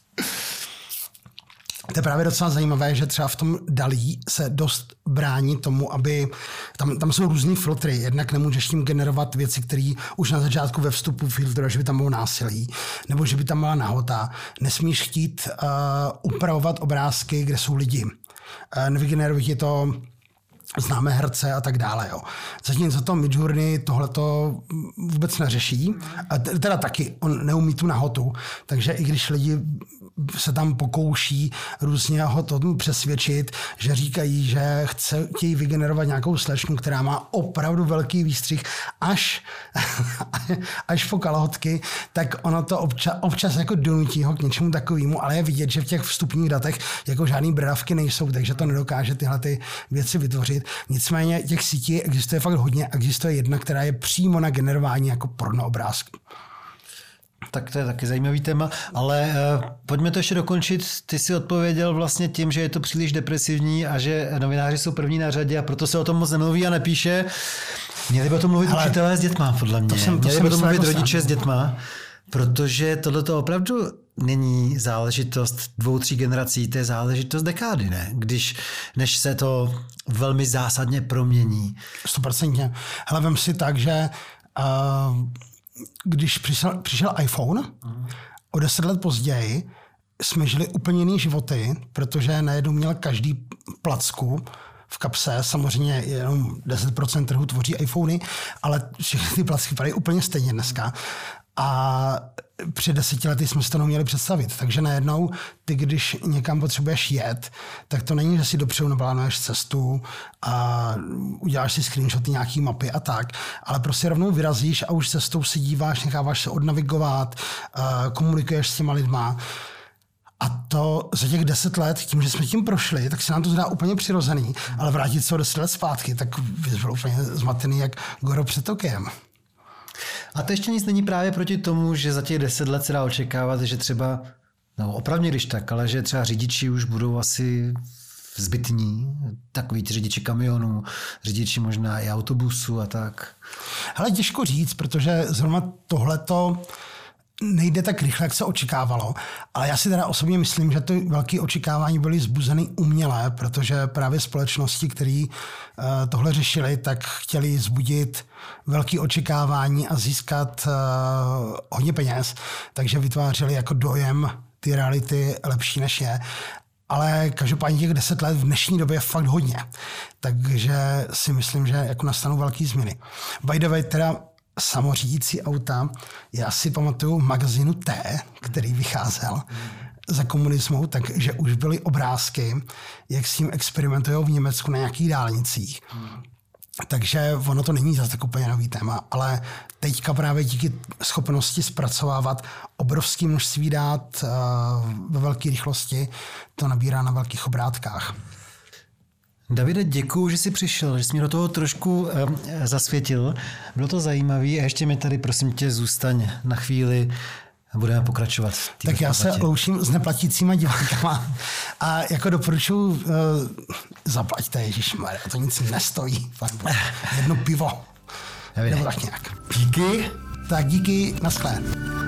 To je právě docela zajímavé, že třeba v tom Dalí se dost brání tomu, aby... Tam, tam jsou různý filtry. Jednak nemůžeš tím generovat věci, které už na začátku ve vstupu filtruje, že by tam bylo násilí, nebo že by tam byla nahota. Nesmíš chtít uh, upravovat obrázky, kde jsou lidi. Uh, nevygeneruje ti to známé herce a tak dále. Jo. Zatímco to Midjourney tohleto vůbec neřeší. A teda taky, on neumí tu nahotu, takže i když lidi se tam pokouší různě ho to přesvědčit, že říkají, že chce, chtějí vygenerovat nějakou slečnu, která má opravdu velký výstřih až, až po kalhotky, tak ono to občas, občas jako donutí ho k něčemu takovému, ale je vidět, že v těch vstupních datech jako žádný bradavky nejsou, takže to nedokáže tyhle ty věci vytvořit. Nicméně těch sítí existuje fakt hodně, existuje jedna, která je přímo na generování jako porno obrázků. Tak to je taky zajímavý téma, ale uh, pojďme to ještě dokončit. Ty si odpověděl vlastně tím, že je to příliš depresivní a že novináři jsou první na řadě a proto se o tom moc nemluví a nepíše. Měli by o tom mluvit ale učitelé s dětma, podle mě. To jsem, to Měli by o tom mluvit rodiče sám. s dětma, protože tohleto opravdu není záležitost dvou, tří generací, to je záležitost dekády, ne? Když, než se to velmi zásadně promění. Stoprocentně. Hele, vem si tak, že uh, když přišel, přišel iPhone, uh-huh. o deset let později jsme žili úplně jiný životy, protože najednou měl každý placku v kapse. Samozřejmě jenom deset procent trhu tvoří iPhony, ale všechny ty placky padají úplně stejně dneska. A před deseti lety jsme si to neměli představit. Takže najednou ty, když někam potřebuješ jet, tak to není, že si dopředu naplánuješ cestu a uděláš si screenshoty nějaký mapy a tak, ale prostě rovnou vyrazíš a už cestou si díváš, necháváš se odnavigovat, komunikuješ s těma lidma. A to za těch deset let, tím, že jsme tím prošli, tak se nám to zdá úplně přirozený, ale vrátit se o deset let zpátky, tak byl úplně zmatený jak Goro před Tokiem. A to ještě nic není právě proti tomu, že za těch deset let se dá očekávat, že třeba, no opravdu když tak, ale že třeba řidiči už budou asi zbytní, takový ty řidiči kamionů, řidiči možná i autobusu a tak. Hele, těžko říct, protože zrovna tohleto nejde tak rychle, jak se očekávalo. Ale já si teda osobně myslím, že ty velké očekávání byly zbuzeny uměle, protože právě společnosti, které uh, tohle řešily, tak chtěli zbudit velké očekávání a získat uh, hodně peněz. Takže vytvářeli jako dojem ty reality lepší, než je. Ale každopádně těch deset let v dnešní době je fakt hodně. Takže si myslím, že jako nastanou velké změny. By the way, teda samořídící auta, já si pamatuju magazínu T, který vycházel za komunismu, takže už byly obrázky, jak s tím experimentují v Německu na nějakých dálnicích. Takže ono to není zase tak úplně nový téma, ale teďka právě díky schopnosti zpracovávat obrovské množství dát ve velké rychlosti, to nabírá na velkých obrátkách. Davide, děkuju, že jsi přišel, že jsi mě do toho trošku um, zasvětil. Bylo to zajímavé a ještě mi tady, prosím tě, zůstaň na chvíli a budeme pokračovat. Tak já se loučím s neplatícíma divákama a jako doporučuji, uh, zaplaťte, ježišmarja, to nic nestojí. Jedno pivo. Nebo tak nějak. Díky. Tak díky, naschle.